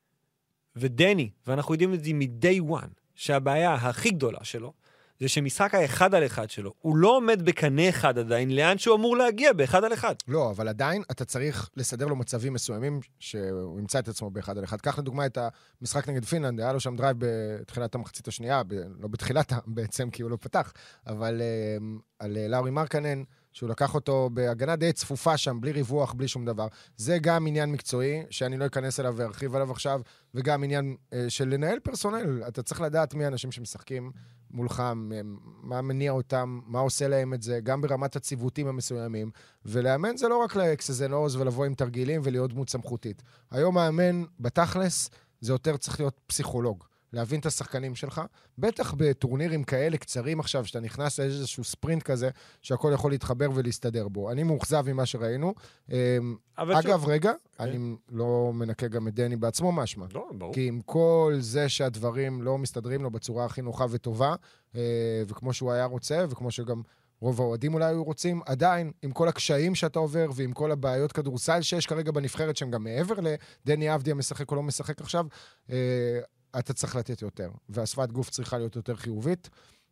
ודני, ואנחנו יודעים את זה מ-day one, שהבעיה הכי גדולה שלו, זה שמשחק האחד על אחד שלו, הוא לא עומד בקנה אחד עדיין, לאן שהוא אמור להגיע באחד על אחד. לא, אבל עדיין אתה צריך לסדר לו מצבים מסוימים, שהוא ימצא את עצמו באחד על אחד. קח לדוגמה את המשחק נגד פינלנד, היה לו שם דרייב בתחילת המחצית השנייה, ב- לא בתחילת בעצם, כי הוא לא פתח, אבל uh, על uh, לאורי מרקנן, שהוא לקח אותו בהגנה די צפופה שם, בלי ריווח, בלי שום דבר. זה גם עניין מקצועי, שאני לא אכנס אליו וארחיב עליו עכשיו, וגם עניין uh, של לנהל פרסונל. אתה צריך לדעת מי האנשים שמשחקים מולך, מה מניע אותם, מה עושה להם את זה, גם ברמת הציוותים המסוימים. ולאמן זה לא רק לאקסזן עוז ולבוא עם תרגילים ולהיות דמות סמכותית. היום האמן בתכלס, זה יותר צריך להיות פסיכולוג. להבין את השחקנים שלך, בטח בטורנירים כאלה קצרים עכשיו, שאתה נכנס לאיזשהו ספרינט כזה, שהכל יכול להתחבר ולהסתדר בו. אני מאוכזב ממה שראינו. אגב, ש... רגע, okay. אני לא מנקה גם את דני בעצמו משמע. לא, ברור. כי עם כל זה שהדברים לא מסתדרים לו בצורה הכי נוחה וטובה, וכמו שהוא היה רוצה, וכמו שגם רוב האוהדים אולי היו רוצים, עדיין, עם כל הקשיים שאתה עובר, ועם כל הבעיות כדורסל שיש כרגע בנבחרת, שהם גם מעבר לדני עבדיה משחק או לא משחק עכשיו, אתה צריך לתת יותר, והשפת גוף צריכה להיות יותר חיובית,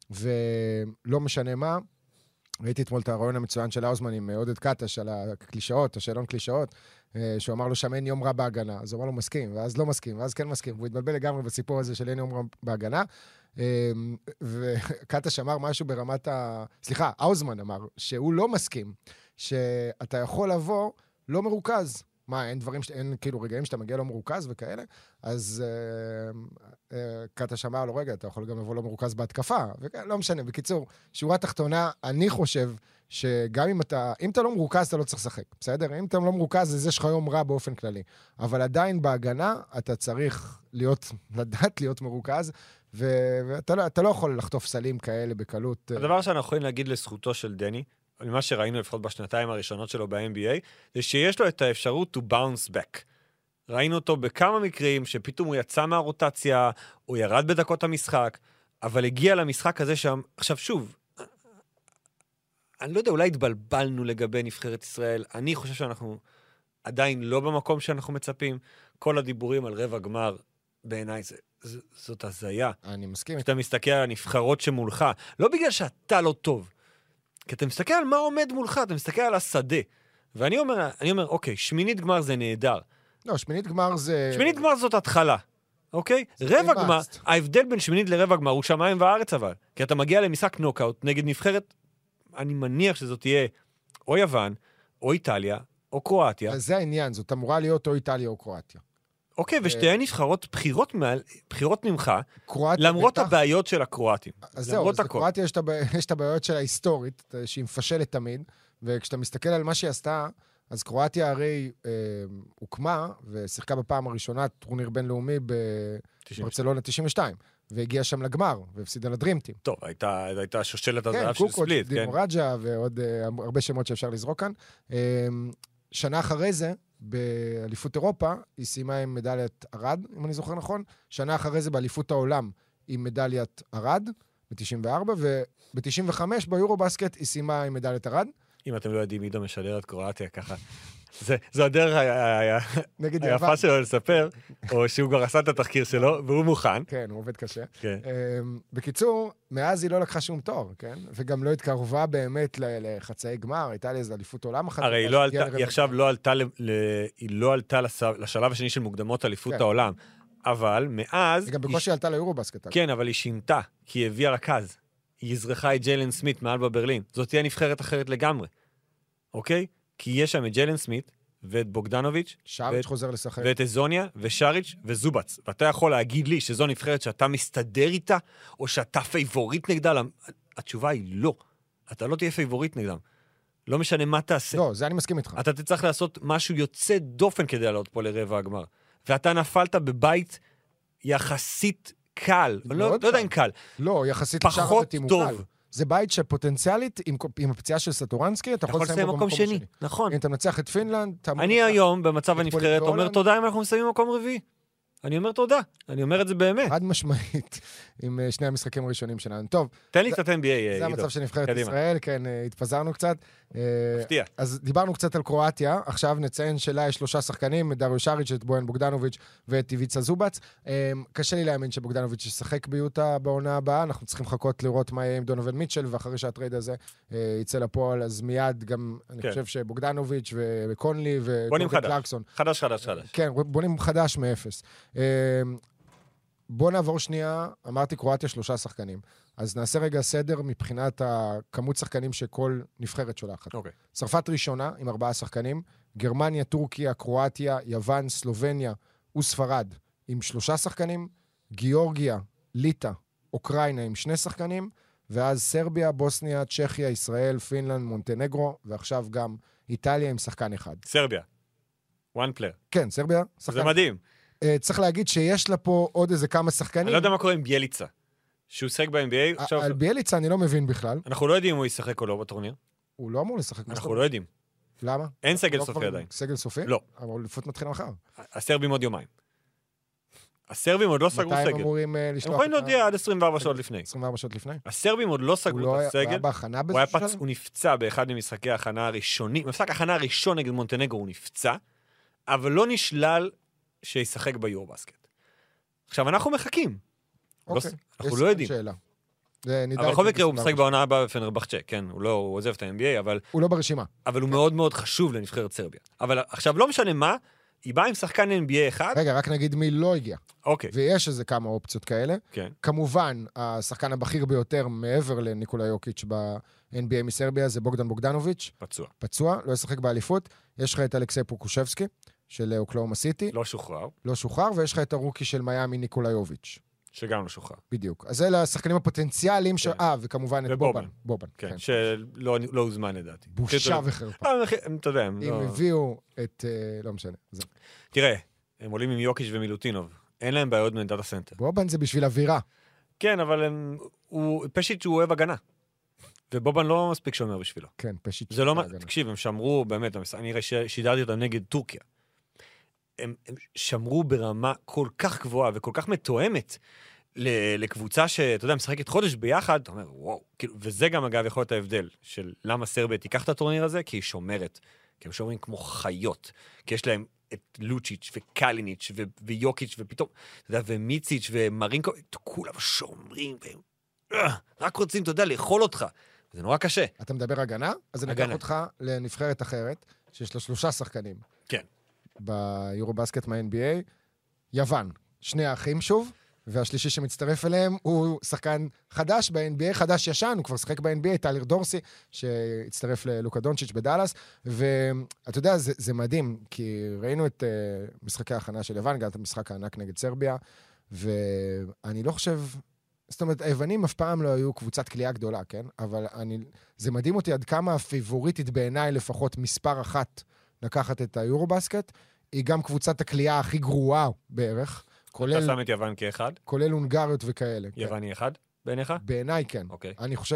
ולא משנה מה, ראיתי אתמול את הרעיון המצוין של האוזמן עם עודד קטש על הקלישאות, השאלון קלישאות, שהוא אמר לו שם אין יום רע בהגנה, אז הוא אמר לו מסכים, ואז לא מסכים, ואז כן מסכים, והוא התבלבל לגמרי בסיפור הזה של אין יום רע בהגנה, וקטש אמר משהו ברמת ה... סליחה, האוזמן אמר, שהוא לא מסכים, שאתה יכול לבוא לא מרוכז, מה, אין דברים, אין כאילו רגעים שאתה מגיע לא מרוכז וכאלה, אז אה, אה, קטש אמר לו, רגע, אתה יכול גם לבוא לא מרוכז בהתקפה, ולא משנה, בקיצור, שורה תחתונה, אני חושב שגם אם אתה, אם אתה לא מרוכז, אתה לא צריך לשחק, בסדר? אם אתה לא מרוכז, אז יש לך יום רע באופן כללי, אבל עדיין בהגנה, אתה צריך להיות, לדעת להיות מרוכז, ו- ואתה לא, אתה לא יכול לחטוף סלים כאלה בקלות. הדבר שאנחנו יכולים להגיד לזכותו של דני, ממה שראינו לפחות בשנתיים הראשונות שלו ב-אן בי איי, זה שיש לו את האפשרות to bounce back. ראינו אותו בכמה מקרים שפתאום הוא יצא מהרוטציה, הוא ירד בדקות המשחק, אבל הגיע למשחק הזה שם, עכשיו שוב, אני לא יודע, אולי התבלבלנו לגבי נבחרת ישראל, אני חושב שאנחנו עדיין לא במקום שאנחנו מצפים, כל הדיבורים על רבע גמר, בעיניי זה, ז, זאת הזיה. אני מסכים. כשאתה מסתכל על הנבחרות שמולך, לא בגלל שאתה לא טוב, כי אתה מסתכל על מה עומד מולך, אתה מסתכל על השדה. ואני אומר, אני אומר, אוקיי, שמינית גמר זה נהדר. לא, שמינית גמר זה... שמינית גמר זאת התחלה, אוקיי? רבע גמר, ההבדל בין שמינית לרבע גמר הוא שמיים וארץ אבל. כי אתה מגיע למשחק נוקאוט נגד נבחרת, אני מניח שזאת תהיה או יוון, או איטליה, או קרואטיה. אז זה העניין, זאת אמורה להיות או איטליה או קרואטיה. אוקיי, ושתהיה נבחרות בחירות ממך, למרות הבעיות של הקרואטים. אז זהו, אז לקרואטיה יש את הבעיות שלה היסטורית, שהיא מפשלת תמיד, וכשאתה מסתכל על מה שהיא עשתה, אז קרואטיה הרי הוקמה, ושיחקה בפעם הראשונה טורניר בינלאומי בברצלונה תשעים ושתיים, והגיעה שם לגמר, והפסידה לדרימטים. טוב, הייתה שושלת הזהב של ספליט. כן, קוקות, דימו רג'ה, ועוד הרבה שמות שאפשר לזרוק כאן. שנה אחרי זה, באליפות אירופה, היא סיימה עם מדליית ארד, אם אני זוכר נכון. שנה אחרי זה באליפות העולם עם מדליית ארד, ב-תשעים וארבע, וב-תשעים וחמש ביורובסקט היא סיימה עם מדליית ארד. אם אתם לא יודעים, עידו משדר את קרואטיה ככה. זו הדרך היפה שלו לספר, או שהוא כבר עשה את התחקיר שלו, והוא מוכן. כן, הוא עובד קשה. בקיצור, מאז היא לא לקחה שום תואר, כן? וגם לא התקרבה באמת לחצאי גמר, הייתה לי איזו אליפות עולם אחת. הרי היא עכשיו לא עלתה לשלב השני של מוקדמות אליפות העולם, אבל מאז... היא גם בקושי עלתה ליורובסקט. כן, אבל היא שינתה, כי היא הביאה רכז. יזרחה את ג'יילן סמית מעל בברלין, זאת תהיה נבחרת אחרת לגמרי. אוקיי? כי יש שם את ג'יילן סמית, ואת בוגדנוביץ', שריץ' חוזר לשחק. ואת אזוניה, ושריץ' וזובץ. ואתה יכול להגיד לי שזו נבחרת שאתה מסתדר איתה, או שאתה פייבוריט נגדה? התשובה היא לא. אתה לא תהיה פייבוריט נגדם. לא משנה מה תעשה. לא, זה אני מסכים איתך. אתה תצטרך לעשות משהו יוצא דופן כדי לעלות פה לרבע הגמר. ואתה נפלת בבית יחסית קל. לא, לא יודע אם קל. לא, יחסית לשאר הבתים הוא קל. זה בית שפוטנציאלית, עם, עם הפציעה של סטורנסקי, אתה יכול לסיים במקום שני. נכון. אם אתה מנצח את פינלנד, אתה... אני היום, במצב הנבחרת, אומר תודה אם אנחנו מסיימים במקום רביעי. אני אומר תודה. אני אומר את זה באמת. חד משמעית, עם שני המשחקים הראשונים שלנו. טוב. תן לי קצת אן בי איי. זה המצב של נבחרת ישראל, כן, התפזרנו קצת. מפתיע. אז דיברנו קצת על קרואטיה, עכשיו נציין שלה יש שלושה שחקנים, את דריו שריץ', את בויאן בוגדנוביץ' ואת איביצה זובץ. קשה לי להאמין שבוגדנוביץ' ישחק ביוטה בעונה הבאה, אנחנו צריכים לחכות לראות מה יהיה עם דונובל מיטשל, ואחרי שהטרייד הזה יצא לפועל, אז מיד גם, אני חושב שבוגדנוביץ' וקונלי וג'ורגן קלרקסון. חדש, חדש, חדש. כן, בונים חדש מאפס. בוא נעבור שנייה, אמרתי קרואטיה שלושה שחקנים. אז נעשה רגע סדר מבחינת הכמות שחקנים שכל נבחרת שולחת. אוקיי. צרפת ראשונה עם ארבעה שחקנים, גרמניה, טורקיה, קרואטיה, יוון, סלובניה וספרד עם שלושה שחקנים, גיאורגיה, ליטא, אוקראינה עם שני שחקנים, ואז סרביה, בוסניה, צ'כיה, ישראל, פינלנד, מונטנגרו, ועכשיו גם איטליה עם שחקן אחד. סרביה. one player. כן, סרביה. שחקן. זה מדהים. צריך להגיד שיש לה פה עוד איזה כמה שחקנים. אני לא יודע מה קורה עם ביאליצה. שהוא שחק ב-אן בי איי. על ביאליצה אני לא מבין בכלל. אנחנו לא יודעים אם הוא ישחק או לא בטורניר. הוא לא אמור לשחק. אנחנו לא יודעים. למה? אין סגל סופי עדיין. סגל סופי? לא. אבל לפחות מתחיל מחר. הסרבים עוד יומיים. הסרבים עוד לא סגרו סגל. מתי הם אמורים לשלוח? הם יכולים להודיע עד עשרים וארבע שעות לפני. עשרים וארבע שעות לפני? הסרבים עוד לא סגרו את הסגל. הוא היה בהכנה בזה שלב? הוא נפצע באחד ממשחקי ההכנה הראשונים. במשחק ההכנה הראשון נגד מונטנגרו הוא נפצע, אבל לא נשלל שישחק ביורבסקט. עכשיו, אנחנו מחכים. אוקיי. אנחנו לא יודעים. אבל בכל מקרה הוא משחק בעונה הבאה בפנרבחצ'ה, כן? הוא לא, הוא עוזב את ה-אן בי איי, אבל... הוא לא ברשימה. אבל הוא מאוד מאוד חשוב לנבחרת סרביה. אבל עכשיו, לא משנה מה, היא באה עם שחקן אן בי איי אחד. רגע, רק נגיד מי לא הגיע. אוקיי. ויש איזה כמה אופציות כאלה. כן. כמובן, השחקן הבכיר ביותר מעבר לניקולה יוקיץ' ב-אן בי איי מסרביה זה בוגדן בוגדנוביץ'. פצוע. פצוע, לא ישחק באליפות. יש לך את אלכסי פוקושבסקי של אוקלאומה סיטי. לא שוחרר. לא שוחרר, ויש לך את הרוקי של מיאמי ניקולה יוביץ'. שגם לא שוחרר. בדיוק. אז אלה השחקנים הפוטנציאליים ש... אה, וכמובן את בובן. בובן, כן. שלא הוזמן לדעתי. בושה וחרפה. אתה יודע, אם הביאו את... לא משנה. תראה, הם עולים עם יוקיץ' ומילוטינוב. אין להם בעיות מעמדת הסנטר. בובן זה בשביל אווירה. כן, אבל הוא פשיט שהוא אוהב הגנה. ובובן לא מספיק שומר בשבילו. כן, פשיט. זה לא... תקשיב, הם שמרו, באמת, אני שידרתי אותם נגד טורקיה. הם, הם שמרו ברמה כל כך גבוהה וכל כך מתואמת לקבוצה שאתה יודע, משחקת חודש ביחד, אתה אומר, וואו, כאילו, וזה גם אגב יכול להיות ההבדל של למה סרביה תיקח את הטורניר הזה, כי היא שומרת, כי הם שומרים כמו חיות, כי יש להם את לוצ'יץ' וקליניץ' ו- ויוקיץ' ופתאום, אתה יודע, ומיציץ' ומרינקו, כולם שומרים, והם אה, רק רוצים, אתה יודע, לאכול אותך. זה נורא קשה. אתה מדבר הגנה? אז אני אקח אותך לנבחרת אחרת, שיש לה שלושה שחקנים. כן. ביורובסקט מה-אן בי איי, יוון, שני האחים שוב, והשלישי שמצטרף אליהם הוא שחקן חדש ב-אן בי איי, חדש ישן, הוא כבר שחק ב-אן בי איי, טלר דורסי, שהצטרף ללוקה דונצ'יץ' בדלס, ואתה יודע, זה, זה מדהים, כי ראינו את uh, משחקי ההכנה של יוון, גם את המשחק הענק נגד סרביה, ואני לא חושב, זאת אומרת, היוונים אף פעם לא היו קבוצת קליעה גדולה, כן? אבל אני, זה מדהים אותי עד כמה הפיבוריטית בעיניי לפחות מספר אחת, לקחת את היורובסקט, היא גם קבוצת הקליעה הכי גרועה בערך. אתה שם את יוון כאחד? כולל הונגריות וכאלה. יוון היא אחד בעיניך? בעיניי כן. אוקיי. אני חושב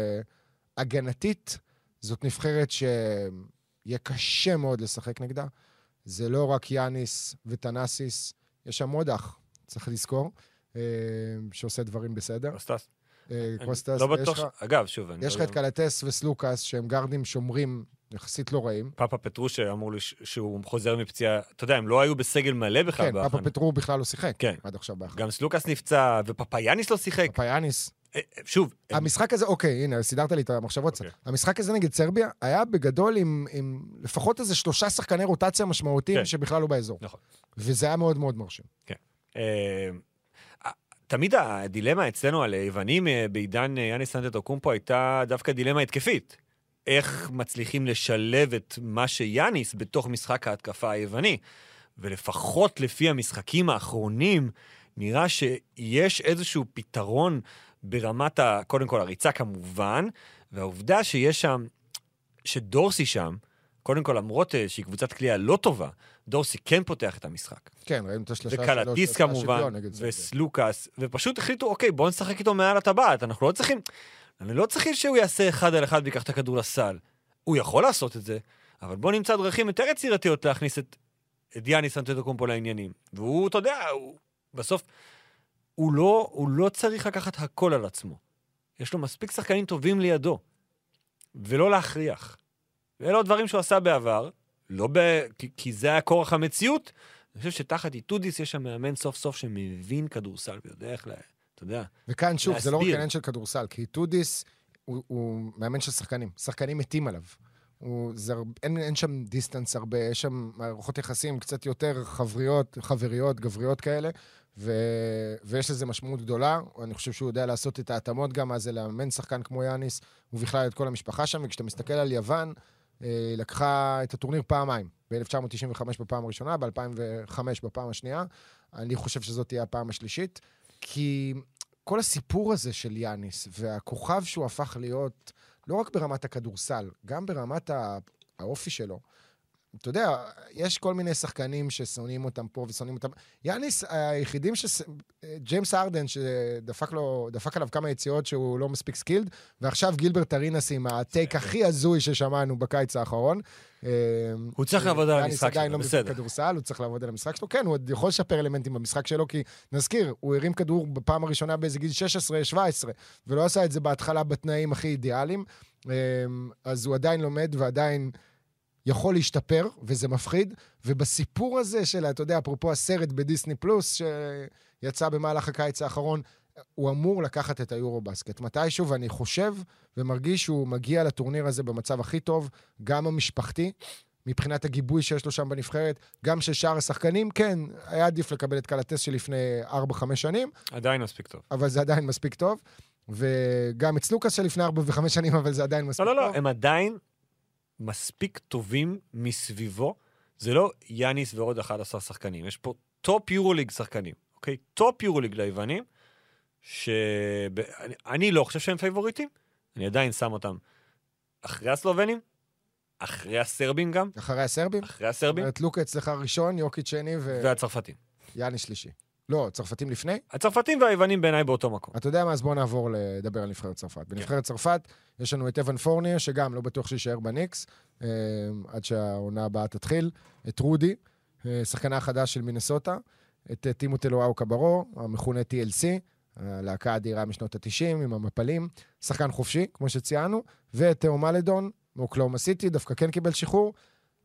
שהגנתית זאת נבחרת שיהיה קשה מאוד לשחק נגדה. זה לא רק יאניס וטנאסיס, יש שם עוד אח, צריך לזכור, שעושה דברים בסדר. קוסטס. קוסטס. לא בטוח, אגב, שוב. יש לך את קלטס וסלוקס, שהם גרדים שומרים יחסית לא רעים. פאפה פטרוש אמור לי שהוא חוזר מפציעה, אתה יודע, הם לא היו בסגל מלא בכלל. כן, פאפה פטרו בכלל לא שיחק. כן. עד עכשיו באחד. גם סלוקס נפצע, ופפאיאניס לא שיחק. פפאיאניס. שוב. המשחק הזה, אוקיי, הנה, סידרת לי את המחשבות. המשחק הזה נגד סרביה היה בגדול עם לפחות איזה שלושה שחקני רוטציה משמעותיים שבכלל לא באזור. נכון. וזה היה מאוד מאוד מרשים. כן. תמיד הדילמה אצלנו על היוונים בעידן יאניס אנטטוקומפו הייתה דווקא דילמה התקפית. איך מצליחים לשלב את מה שיאניס בתוך משחק ההתקפה היווני. ולפחות לפי המשחקים האחרונים, נראה שיש איזשהו פתרון ברמת, ה, קודם כל, הריצה כמובן, והעובדה שיש שם, שדורסי שם, קודם כל, למרות שהיא קבוצת קליעה לא טובה, דורסי כן פותח את המשחק. כן, ראינו את השלושה שלו. וקלטיס כמובן, וסלוקס, ופשוט החליטו, אוקיי, בואו נשחק איתו מעל הטבעת, אנחנו לא צריכים, אני לא צריכים שהוא יעשה אחד על אחד ויקח את הכדור לסל. הוא יכול לעשות את זה, אבל בואו נמצא דרכים יותר יצירתיות להכניס את, את יאניס אנטטוקומפו לעניינים. והוא, אתה יודע, הוא, בסוף, הוא לא, הוא לא צריך לקחת הכל על עצמו. יש לו מספיק שחקנים טובים לידו, ולא להכריח. ואלו הדברים שהוא עשה בעבר, לא ב... כי, כי זה היה כורח המציאות. אני חושב שתחת איטודיס יש שם מאמן סוף סוף שמבין כדורסל, ויודע איך לה... אתה יודע, וכאן שוב, להסביר. זה לא רק עניין של כדורסל, כי איטודיס הוא, הוא מאמן של שחקנים. שחקנים מתים עליו. הוא, זה, אין, אין שם דיסטנס הרבה, יש שם מערכות יחסים קצת יותר חבריות, חבריות, גבריות כאלה, ו, ויש לזה משמעות גדולה. אני חושב שהוא יודע לעשות את ההתאמות גם, אז זה לאמן שחקן כמו יאניס, ובכלל את כל המשפחה שם, וכשאתה מסתכל על יוון, היא לקחה את הטורניר פעמיים, ב-אלף תשע מאות תשעים וחמש בפעם הראשונה, ב-אלפיים וחמש בפעם השנייה. אני חושב שזאת תהיה הפעם השלישית, כי כל הסיפור הזה של יאניס, והכוכב שהוא הפך להיות, לא רק ברמת הכדורסל, גם ברמת האופי שלו. אתה יודע, יש כל מיני שחקנים ששונאים אותם פה ושונאים אותם. יאניס, היחידים ש... ג'יימס ארדן, שדפק לו, דפק עליו כמה יציאות שהוא לא מספיק סקילד, ועכשיו גילברט ארינס עם הטייק הכי הזוי ששמענו בקיץ האחרון. הוא צריך לעבוד על המשחק שלו, בסדר. יאניס עדיין לא מבין כדורסל, הוא צריך לעבוד על המשחק שלו. כן, הוא עוד יכול לשפר אלמנטים במשחק שלו, כי נזכיר, הוא הרים כדור בפעם הראשונה באיזה גיל שש עשרה שבע עשרה, ולא עשה את זה בהתחלה בתנאים הכי אידיאליים. אז הוא עדיין לומד ועדיין יכול להשתפר, וזה מפחיד, ובסיפור הזה של, אתה יודע, אפרופו הסרט בדיסני פלוס, שיצא במהלך הקיץ האחרון, הוא אמור לקחת את היורובסקט. מתישהו, ואני חושב ומרגיש שהוא מגיע לטורניר הזה במצב הכי טוב, גם המשפחתי, מבחינת הגיבוי שיש לו שם בנבחרת, גם של שאר השחקנים, כן, היה עדיף לקבל את קלטס שלפני ארבע חמש שנים. עדיין מספיק טוב. אבל זה עדיין מספיק טוב, וגם את סלוקס שלפני ארבע וחמש שנים, אבל זה עדיין מספיק לא, לא, טוב. לא, הם עדיין מספיק טובים מסביבו, זה לא יאניס ועוד אחד עשר שחקנים, יש פה טופ יורוליג שחקנים, אוקיי? טופ יורוליג ליוונים, שאני לא חושב שהם פייבוריטים, אני עדיין שם אותם אחרי הסלובנים, אחרי הסרבים גם. אחרי הסרבים? אחרי הסרבים. את לוקה אצלך ראשון, יוקיץ' שני ו... והצרפתים. יאניס שלישי. לא, צרפתים לפני? הצרפתים והיוונים בעיניי באותו מקום. אתה יודע מה, אז בוא נעבור לדבר על נבחרת צרפת. בנבחרת צרפת יש לנו את אבן פורניה, שגם לא בטוח שישאר בניקס, עד שהעונה הבאה תתחיל, את רודי, שחקנה החדש של מינסוטה, את טימותי לואו קברו, המכונה טי אל סי, הלהקה האדירה משנות ה-תשעים עם המפלים, שחקן חופשי, כמו שציינו, ואת תאו מלדון, מאוקלאומה סיטי, דווקא כן קיבל שחרור.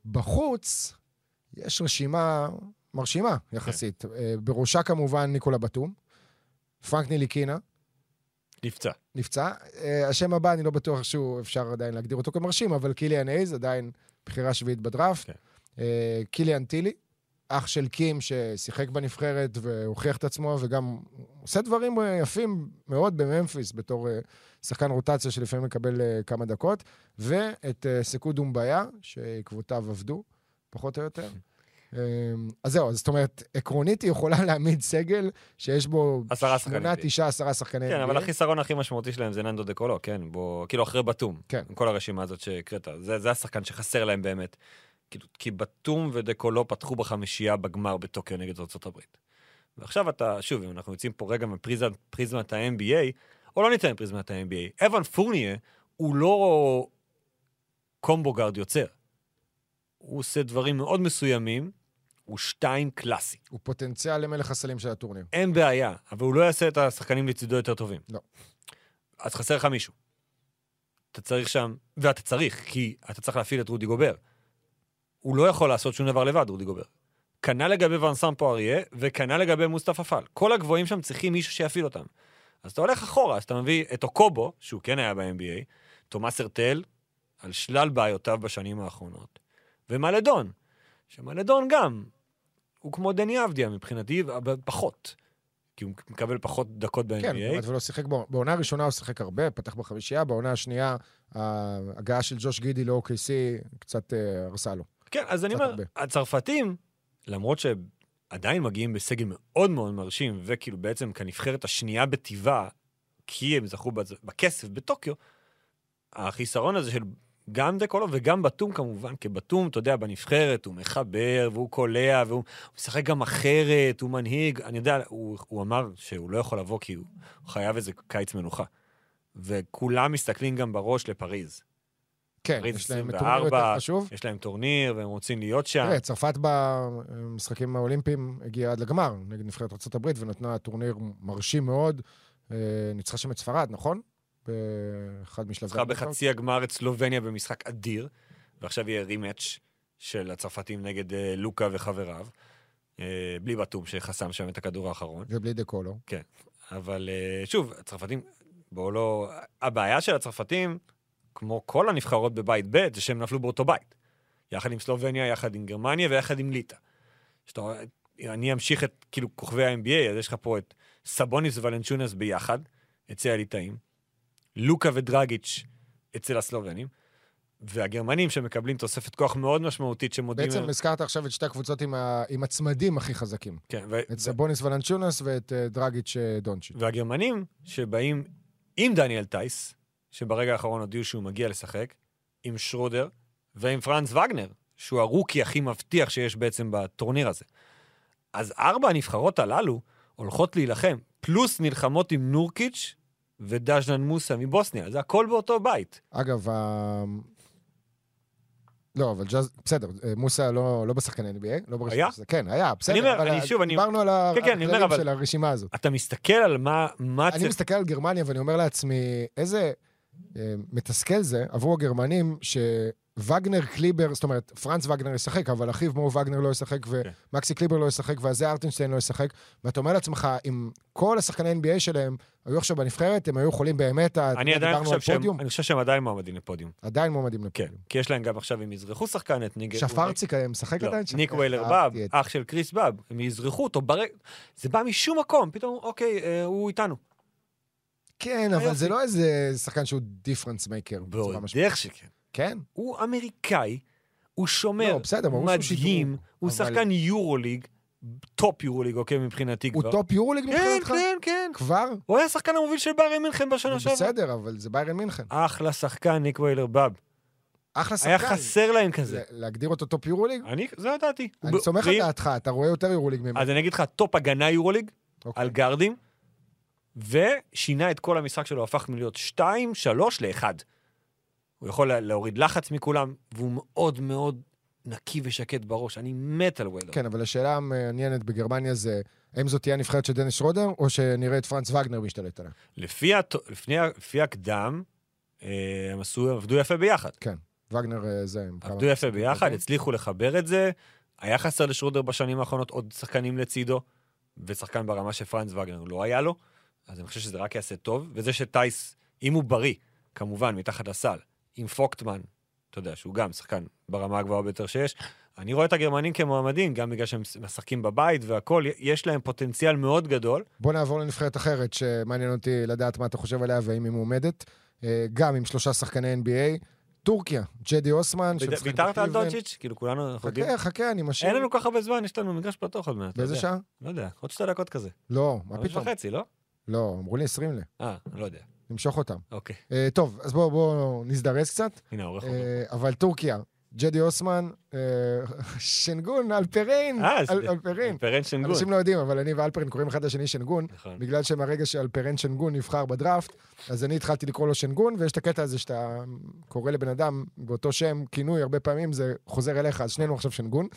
בחוץ יש רשימה מרשימה יחסית. Okay. בראשה כמובן ניקולה בטום, פרנק ניליקינה. נפצע. נפצע. השם הבא, אני לא בטוח שהוא אפשר עדיין להגדיר אותו כמרשים, אבל קיליאן אייז, עדיין בחירה שביעית בדראפט. Okay. קיליאן טילי, אח של קים ששיחק בנבחרת והוכיח את עצמו, וגם עושה דברים יפים מאוד בממפיס, בתור שחקן רוטציה שלפעמים מקבל כמה דקות, ואת סקו דומביה, שעקבותיו עבדו, פחות או יותר. אז זהו, זאת אומרת, עקרונית היא יכולה להעמיד סגל שיש בו שמונה, תשעה, עשרה שחקני. כן, אבל החיסרון הכי משמעותי שלהם זה ננדו דקולו, כן? כאילו אחרי בטום. כן. עם כל הרשימה הזאת שקראת. זה השחקן שחסר להם באמת. כי בטום ודקולו פתחו בחמישייה בגמר בטוקיו נגד ארצות הברית. ועכשיו אתה, שוב, אם אנחנו יוצאים פה רגע מפריזמת ה-אן בי איי, או לא ניתן פריזמת ה-אן בי איי, אבן פורניה הוא לא קומבו גארד יוצר. הוא עושה דברים מאוד מסוימים, הוא שתיים קלאסי. הוא פוטנציאל למלך הסלים של הטורניר. אין בעיה, אבל הוא לא יעשה את השחקנים לצידו יותר טובים. לא. אז חסר לך מישהו. אתה צריך שם, ואתה צריך, כי אתה צריך להפעיל את רודי גובר. הוא לא יכול לעשות שום דבר לבד, רודי גובר. כנ"ל לגבי ונסן פואריה, וכנ"ל לגבי מוסטפא פאל. כל הגבוהים שם צריכים מישהו שיפעיל אותם. אז אתה הולך אחורה, אז אתה מביא את אוקובו, שהוא כן היה ב-אן בי איי, תומאס הרטל, על שלל בעיותיו בשנים האחרונות, ומלדון, שמלדון גם, הוא כמו דני אבדיה מבחינתי, אבל פחות. כי הוא מקבל פחות דקות ב-אן בי איי. כן, ולא שיחק, בעונה הראשונה הוא שיחק הרבה, פתח בחמישייה, בעונה השנייה, ההגעה של ג'וש גידי לא קי סי קצת הרסה לו. כן, אז אני אומר, הצרפתים, למרות שעדיין מגיעים בסגל מאוד מאוד מרשים, וכאילו בעצם כנבחרת השנייה בטבעה, כי הם זכו בכסף בטוקיו, החיסרון הזה של גם דקולו וגם בתום כמובן, כי בתום, אתה יודע, בנבחרת הוא מחבר והוא קולע, והוא משחק גם אחרת, הוא מנהיג, אני יודע, הוא, הוא אמר שהוא לא יכול לבוא כי הוא חייב איזה קיץ מנוחה. וכולם מסתכלים גם בראש לפריז. כן, יש להם טורניר יותר חשוב. יש להם טורניר והם רוצים להיות שם. תראה, צרפת במשחקים האולימפיים הגיעה עד לגמר, נגד נבחרת ארצות הברית, ונתנה טורניר מרשים מאוד, ניצחה שם את ספרד, נכון? באחד משלבי... צריכה בחצי הגמר את סלובניה במשחק אדיר, ועכשיו יהיה רימץ' של הצרפתים נגד לוקה וחבריו, בלי בתום שחסם שם את הכדור האחרון. ובלי דקולו. כן, אבל שוב, הצרפתים, בואו לא... הבעיה של הצרפתים, כמו כל הנבחרות בבית ב', זה שהם נפלו באותו בית. יחד עם סלובניה, יחד עם גרמניה ויחד עם ליטא. שאתה... אני אמשיך את כאילו כוכבי ה-אן בי איי, אז יש לך פה את סבוניס ולנצ'ונס ביחד, אצל הליטאים, לוקה ודרגיץ' אצל הסלובנים, והגרמנים שמקבלים תוספת כוח מאוד משמעותית שמודיעים... בעצם הזכרת עכשיו את שתי הקבוצות עם, ה... עם הצמדים הכי חזקים. כן. ו... את סבוניס ולנצ'ונס ואת uh, דרגיץ' דונצ'יץ'. והגרמנים שבאים עם דניאל טייס, שברגע האחרון הודיעו שהוא מגיע לשחק, עם שרודר ועם פרנץ וגנר, שהוא הרוקי הכי מבטיח שיש בעצם בטורניר הזה. אז ארבע הנבחרות הללו הולכות להילחם, פלוס נלחמות עם נורקיץ' ודז'נן מוסה מבוסניה. זה הכל באותו בית. אגב, לא, אבל ג'אז, בסדר, מוסה לא, לא בשחקן אן בי איי, לא ברשימה. היה? כן, היה, בסדר. אני אומר, אני שוב, אני... דיברנו על הכללים של הרשימה הזאת. אתה מסתכל על מה... אני מסתכל על גרמניה ואני אומר לעצמי, איזה מתסכל זה עבור הגרמנים ש... וגנר, קליבר, זאת אומרת, פרנץ וגנר ישחק, אבל אחיו מו וגנר לא ישחק, ומקסי קליבר לא ישחק, והזה ארטנשטיין לא ישחק, ואתה אומר לעצמך, אם כל השחקני אן בי איי שלהם היו עכשיו בנבחרת, הם היו יכולים באמת, אני עדיין חושב שהם, אני חושב שהם עדיין מועמדים לפודיום. עדיין מועמדים לפודיום. כן, כי יש להם גם עכשיו, הם יזרחו שחקן, את ניק... שפרציק, הם משחק עדיין? ניק ויילר באב, אח של קריס באב, הם יזרחו אותו, זה בא משום מקום, פתאום, אוקיי, הוא איתנו. כן, אבל זה לא איזה שחקן שהוא דיפרנס מייקר. דרך שכן. כן? הוא אמריקאי, הוא שומר לא, בסדר, מדהים, הוא שחקן יורוליג, טופ יורוליג, אוקיי, מבחינתי כבר. הוא טופ יורוליג מבחינתך? כן, כן, כן. כבר? הוא היה שחקן המוביל של ביירן מינכן בשנה שעברה. בסדר, אבל זה ביירן מינכן. אחלה שחקן, ניק ויילר באב. אחלה שחקן. היה חסר להם כזה. להגדיר אותו טופ יורוליג? אני, זה ידעתי. אני סומך על דעתך, אתה רואה יותר יורוליג ממנו. אז אני אגיד לך, טופ הגנה יורוליג, על גארדים, ושינה את כל המשחק שלו, הפך מלהיות שתיים, שלוש לאחד. הוא יכול להוריד לחץ מכולם, והוא מאוד מאוד נקי ושקט בראש. אני מת על ווילר. כן, אבל השאלה המעניינת בגרמניה זה, האם זאת תהיה הנבחרת של דניס שרודר, או שנראה את פרנץ וגנר משתלט עליה? לפי, לפני, לפי הקדם, הם עשו, עבדו יפה ביחד. כן, וגנר זה... עבדו יפה ביחד, הצליחו לחבר את זה. היה חסר לשרודר בשנים האחרונות עוד שחקנים לצידו, ושחקן ברמה שפרנץ וגנר לא היה לו, אז אני חושב שזה רק יעשה טוב. וזה שטייס, אם הוא בריא, כמובן, מתחת לסל, עם פוקטמן, אתה יודע, שהוא גם שחקן ברמה הגבוהה ביותר שיש, אני רואה את הגרמנים כמועמדים, גם בגלל שהם משחקים בבית והכל, יש להם פוטנציאל מאוד גדול. בוא נעבור לנבחרת אחרת, שמעניין אותי לדעת מה אתה חושב עליה, והאם היא מועמדת, גם עם שלושה שחקני אן בי איי, טורקיה, ג'די אוסמן, ויתרת על דונצ'יץ'? כאילו כולנו... חכה, חכה, אני משאיר. אין לנו כל כך הרבה זמן, יש לנו מגרש פתוח עוד מעט. באיזה שעה? לא יודע, עוד שתי דקות כזה. לא, מה פתאום? חמש וחצי, לא? לא, אמרו לי עשרים ל. אה, לא יודע. נמשוך אותם. אוקיי. טוב, אז בואו בואו נזדרז קצת. הנה, עורך אותו. אבל טורקיה, ג'די אוסמן, שנגון, אלפרין, אלפרין. אלפרין שנגון. אנשים לא יודעים, אבל אני ואלפרין קוראים אחד לשני שנגון, בגלל שמהרגע שאלפרין שנגון נבחר בדראפט, אז אני התחלתי לקרוא לו שנגון, ויש את הקטע הזה שאתה קורא לבן אדם באותו שם, כינוי הרבה פעמים, זה חוזר אליך, אז שנינו עכשיו שנגון.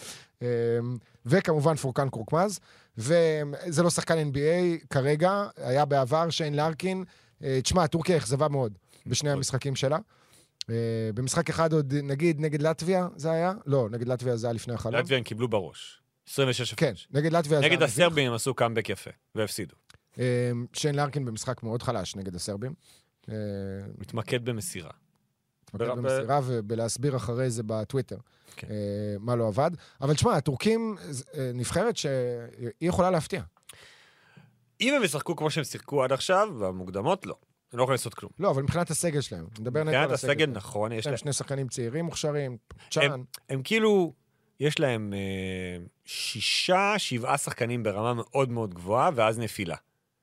וכמובן פורקן קורקמז, וזה לא שחקן אן בי איי כרגע, היה בעבר שיין לארקין, תשמע, טורקיה אכזבה מאוד בשני המשחקים שלה. במשחק אחד עוד, נגיד, נגד לטביה זה היה? לא, נגד לטביה זה היה לפני החלום. לטביה הם קיבלו בראש. עשרים ושש כן, נגד לטביה זה היה... נגד הסרבים הם עשו קאמבק יפה, והפסידו. שיין לארקין במשחק מאוד חלש נגד הסרבים. מתמקד במסירה. מתמקד במסירה ובלהסביר אחרי זה בטוויטר. מה לא עבד. אבל תשמע, הטורקים נבחרת שהיא יכולה להפתיע. אם הם ישחקו כמו שהם שיחקו עד עכשיו, והמוקדמות לא. הם לא יכולים לעשות כלום. לא, אבל מבחינת הסגל שלהם. נדבר נטו על הסגל. מבחינת הסגל, נכון. יש להם להם שני שחקנים צעירים מוכשרים, צ'אן. הם, הם כאילו, יש להם אה, שישה, שבעה שחקנים ברמה מאוד מאוד גבוהה, ואז נפילה.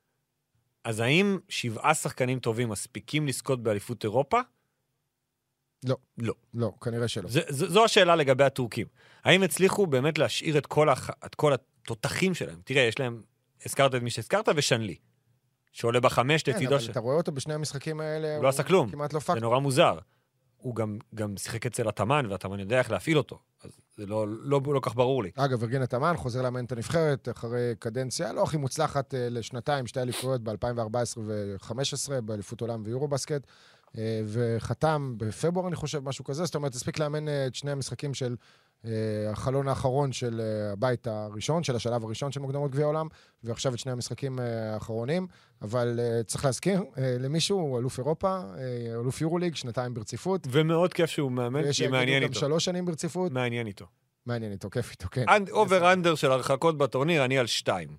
אז האם שבעה שחקנים טובים מספיקים לזכות באליפות אירופה? לא. לא. לא, כנראה שלא. זה, זו, זו השאלה לגבי הטורקים. האם הצליחו באמת להשאיר את כל, הח... את כל התותחים שלהם? תראה, יש להם, הזכרת את מי שהזכרת, ושנלי. שעולה בחמש כן, לצידו אבל ש... אתה רואה אותו בשני המשחקים האלה, הוא לא עשה כלום. כמעט לא זה פקט. נורא מוזר. הוא גם, גם שיחק אצל התאמן, והתאמן יודע איך להפעיל אותו. אז זה לא, לא, לא כך ברור לי. אגב, ארגן התאמן חוזר לאמן את הנבחרת אחרי קדנציה לא הכי מוצלחת לשנתיים, שתי אליפויות ב-אלפיים וארבע עשרה ו-חמש עשרה, באליפות עולם ויורובסקט, וחתם בפברואר, אני חושב, משהו כזה. זאת אומרת, הספיק לאמן את שני המשחקים של החלון האחרון של הבית הראשון, של השלב הראשון של מוקדמות גביע העולם, ועכשיו את שני המשחקים האחרונים, אבל צריך להזכיר, למישהו הוא אלוף אירופה, אלוף יורוליג, שנתיים ברציפות. ומאוד כיף שהוא מאמן, כי מעניין איתו. גם שלוש שנים ברציפות. מעניין איתו. מעניין איתו, כיף איתו, כן. אובר אנדר של הרחקות בטורניר, אני על שתיים.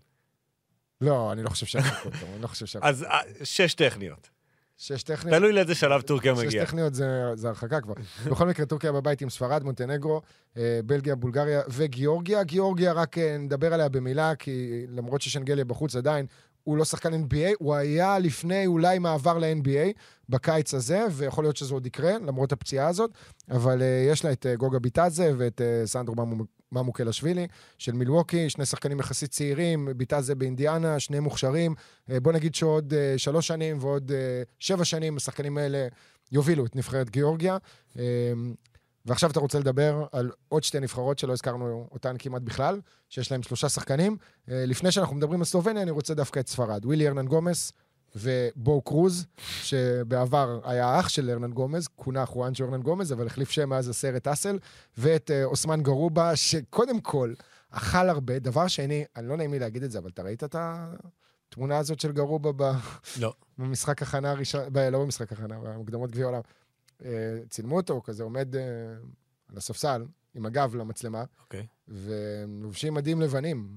לא, אני לא חושב שהרחקות, אני לא חושב שהרחקות. אז שש טכניות. שש טכניות. תלוי לאיזה שלב טורקיה מגיע. שש טכניות זה, זה הרחקה כבר. בכל מקרה, טורקיה בבית עם ספרד, מונטנגרו, בלגיה, בולגריה וגיאורגיה. גיאורגיה, רק נדבר עליה במילה, כי למרות ששנגליה בחוץ עדיין, הוא לא שחקן אן בי איי, הוא היה לפני אולי מעבר ל-אן בי איי בקיץ הזה, ויכול להיות שזה עוד יקרה, למרות הפציעה הזאת, אבל uh, יש לה את uh, גוגה ביטאזה ואת uh, סנדרו ממוקלשווילי של מילווקי, שני שחקנים יחסית צעירים, ביטאזה באינדיאנה, שני מוכשרים, uh, בוא נגיד שעוד uh, שלוש שנים ועוד uh, שבע שנים, השחקנים האלה יובילו את נבחרת גיאורגיה, uh, ועכשיו אתה רוצה לדבר על עוד שתי נבחרות שלא הזכרנו אותן כמעט בכלל, שיש להם שלושה שחקנים. לפני שאנחנו מדברים על סלובניה, אני רוצה דווקא את ספרד. ווילי ארנן גומס ובו קרוז, שבעבר היה אח של ארנן גומז, כונה חואנצ'ו ארנן גומז, אבל החליף שם מאז הסרט אסל, ואת אוסמן גרובה, שקודם כל אכל הרבה. דבר שני, אני לא נעים לי להגיד את זה, אבל אתה ראית את התמונה הזאת של גרובה ב... לא. במשחק הכנה הראשון, ב... לא במשחק הכנה, במוקדמות גביע העולם. צילמו אותו, כזה עומד על הספסל, עם הגב למצלמה, ולובשים מדים לבנים,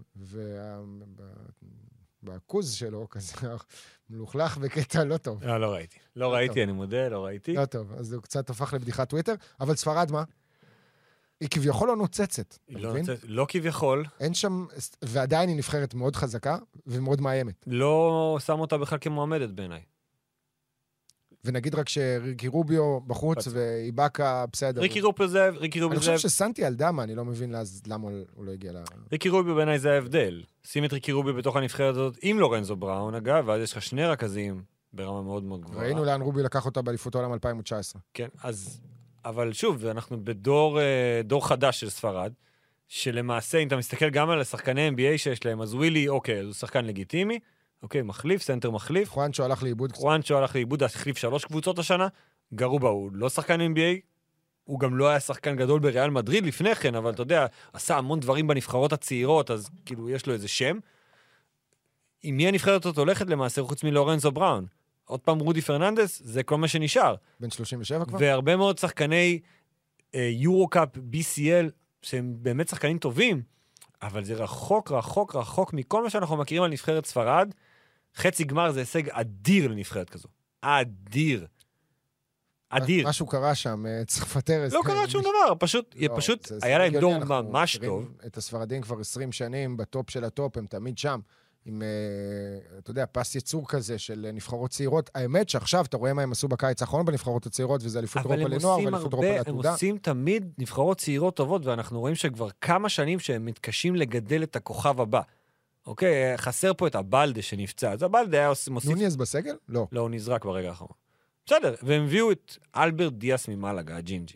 ובקוז שלו, כזה מלוכלך בקטע לא טוב. לא, לא ראיתי. לא ראיתי, אני מודה, לא ראיתי. לא טוב, אז הוא קצת הפך לבדיחת טוויטר, אבל ספרד מה? היא כביכול לא נוצצת, אתה מבין? לא כביכול. אין שם, ועדיין היא נבחרת מאוד חזקה, ומאוד מאיימת. לא שם אותה בכלל כמועמדת בעיניי. ונגיד רק שריקי רוביו בחוץ ואיבאקה בסדר. ריקי רוביו זה... ריקי רוביו זה... אני חושב שסנטי על דמה, אני לא מבין למה הוא לא הגיע ל... ריקי רוביו בעיניי זה ההבדל. שים את ריקי רוביו בתוך הנבחרת הזאת עם לורנזו בראון, אגב, ואז יש לך שני רכזים ברמה מאוד מאוד גבוהה. ראינו לאן רוביו לקח אותה באליפות העולם אלפיים ותשע עשרה. כן, אז... אבל שוב, אנחנו בדור דור חדש של ספרד, שלמעשה, אם אתה מסתכל גם על השחקני אן בי איי שיש להם, אז ווילי, אוקיי, הוא שחקן לגיטימי, אוקיי, מחליף, סנטר מחליף. חואנצ'ו הלך לאיבוד. חואנצ'ו הלך לאיבוד, החליף שלוש קבוצות השנה. גרובה הוא לא שחקן אן בי איי, הוא גם לא היה שחקן גדול בריאל מדריד לפני כן, אבל אתה יודע, עשה המון דברים בנבחרות הצעירות, אז כאילו יש לו איזה שם. עם מי הנבחרת הזאת הולכת למעשה, חוץ מלורנזו בראון? עוד פעם רודי פרננדס, זה כל מה שנשאר. בן שלושים ושבע כבר? והרבה מאוד שחקני אה, יורו-קאפ, בי סי אל, שהם באמת שחקנים טובים, אבל זה רחוק, רחוק, רחוק מכל מה שאנחנו מכירים על נבחרת ספרד. חצי גמר זה הישג אדיר לנבחרת כזו. אדיר. אדיר. משהו קרה שם, צרפתר... לא קרה שום דבר, פשוט, פשוט היה להם דור ממש טוב. את הספרדים כבר עשרים שנים, בטופ של הטופ, הם תמיד שם, עם, אתה יודע, פס יצור כזה של נבחרות צעירות. האמת שעכשיו, אתה רואה מה הם עשו בקיץ האחרון בנבחרות הצעירות, וזה אליפות אירופה לנוער, ואליפות אירופה לעתודה. אבל הם עושים תמיד נבחרות צעירות טובות, ואנחנו רואים שכבר כמה שנים שהם מתקשים לגדל את הכוכב הבא. אוקיי, חסר פה את הבלדה שנפצע. אז הבלדה היה מוסיף... נוניאז בסגל? לא. לא, הוא נזרק ברגע האחרון. בסדר, והם הביאו את אלברט דיאס ממלגה, הג'ינג'י.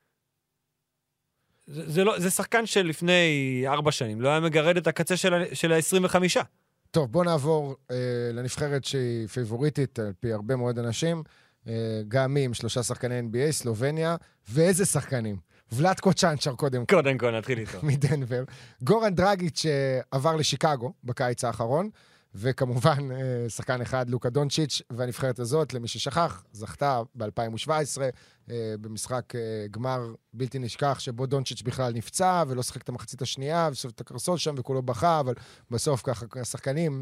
זה, זה, לא, זה שחקן שלפני ארבע שנים, לא היה מגרד את הקצה של, של ה-עשרים וחמש. טוב, בוא נעבור אה, לנבחרת שהיא פייבוריטית על פי הרבה מאוד אנשים, אה, גם מי עם שלושה שחקני אן בי איי, סלובניה, ואיזה שחקנים? ולטקו צ'אנצ'ר קודם. קודם כל, נתחיל איתו. מדנבר. גורן דרגיץ' שעבר לשיקגו בקיץ האחרון, וכמובן שחקן אחד, לוקה דונצ'יץ', והנבחרת הזאת, למי ששכח, זכתה ב-אלפיים שבע עשרה במשחק גמר בלתי נשכח, שבו דונצ'יץ' בכלל נפצע, ולא שחק את המחצית השנייה, וסוף את הקרסול שם, וכולו בכה, אבל בסוף ככה השחקנים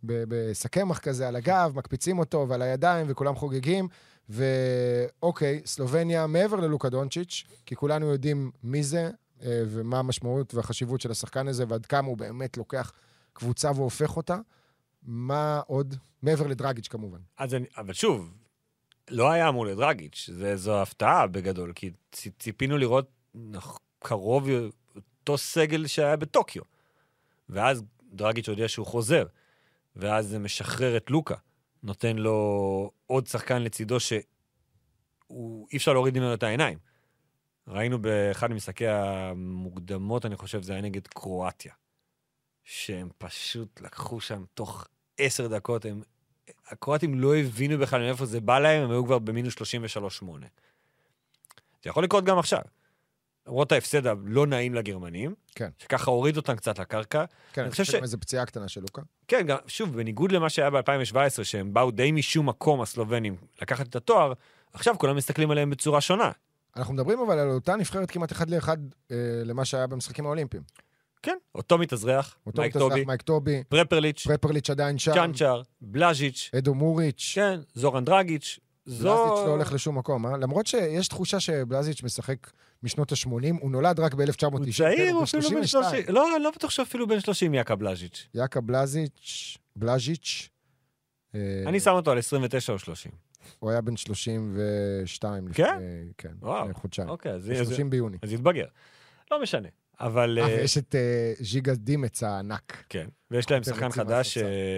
בסכמח כזה על הגב, מקפיצים אותו ועל הידיים וכולם חוגגים, ואוקיי, סלובניה מעבר ללוקה דונצ'יץ', כי כולנו יודעים מי זה, ומה המשמעות והחשיבות של השחקן הזה, ועד כמה הוא באמת לוקח קבוצה והופך אותה. מה עוד? מעבר לדרגיץ' כמובן. אז אני, אבל שוב, לא היה אמור לדרגיץ', זה, זו הפתעה בגדול, כי ציפינו לראות קרוב אותו סגל שהיה בטוקיו. ואז דרגיץ' הודיע שהוא חוזר, ואז זה משחרר את לוקה, נותן לו עוד שחקן לצידו שהוא אי אפשר להוריד ממנו את העיניים. ראינו באחד המשחקי המוקדמות, אני חושב, זה היה נגד קרואטיה, שהם פשוט לקחו שם תוך עשר דקות, הם, הקרואטים לא הבינו בכלל מאיפה זה בא להם, הם היו כבר במינוס שלושים ושלוש שמונה. זה יכול לקרות גם עכשיו. למרות ההפסד הלא נעים לגרמנים, כן. שככה הוריד אותם קצת לקרקע. כן, אני חושב ש... איזו פציעה קטנה של לוקה. כן, גם, שוב, בניגוד למה שהיה ב-אלפיים שבע עשרה, שהם באו די משום מקום, הסלובנים, לקחת את התואר, עכשיו כולם מסתכלים עליהם בצורה שונה. אנחנו מדברים אבל על אותה נבחרת כמעט אחד לאחד אה, למה שהיה במשחקים האולימפיים. כן, אותו מתאזרח, אותו מייק מתאזרח, טובי, מייק טובי, פרפרליץ', פרפרליץ' עדיין שם, צ'אנצ'ר, בלאז'יץ', אדו מוריץ', כן, זורן דרגיץ', זו... בלאזיץ' לא הולך לשום מקום, אה? למרות שיש תחושה שבלאזיץ' משחק משנות ה-שמונים, הוא נולד רק ב-אלף תשע מאות תשעים. הוא צעיר, הוא אפילו בן שלושים. לא, אני לא בטוח שאפילו בן שלושים יאקה בלאז'יץ'. יאקה בלאזיץ', בלאז'יץ'. אני שם אותו על עשרים ותשע או שלושים. הוא היה בן שלושים ושתיים. כן? כן, וואו. לפני חודשיים. אוקיי, אז... שלושים ביוני. אז יתבגר. לא משנה. אבל... אה, ויש את ז'יגה דימץ הענק. כן, ויש להם שחקן חדש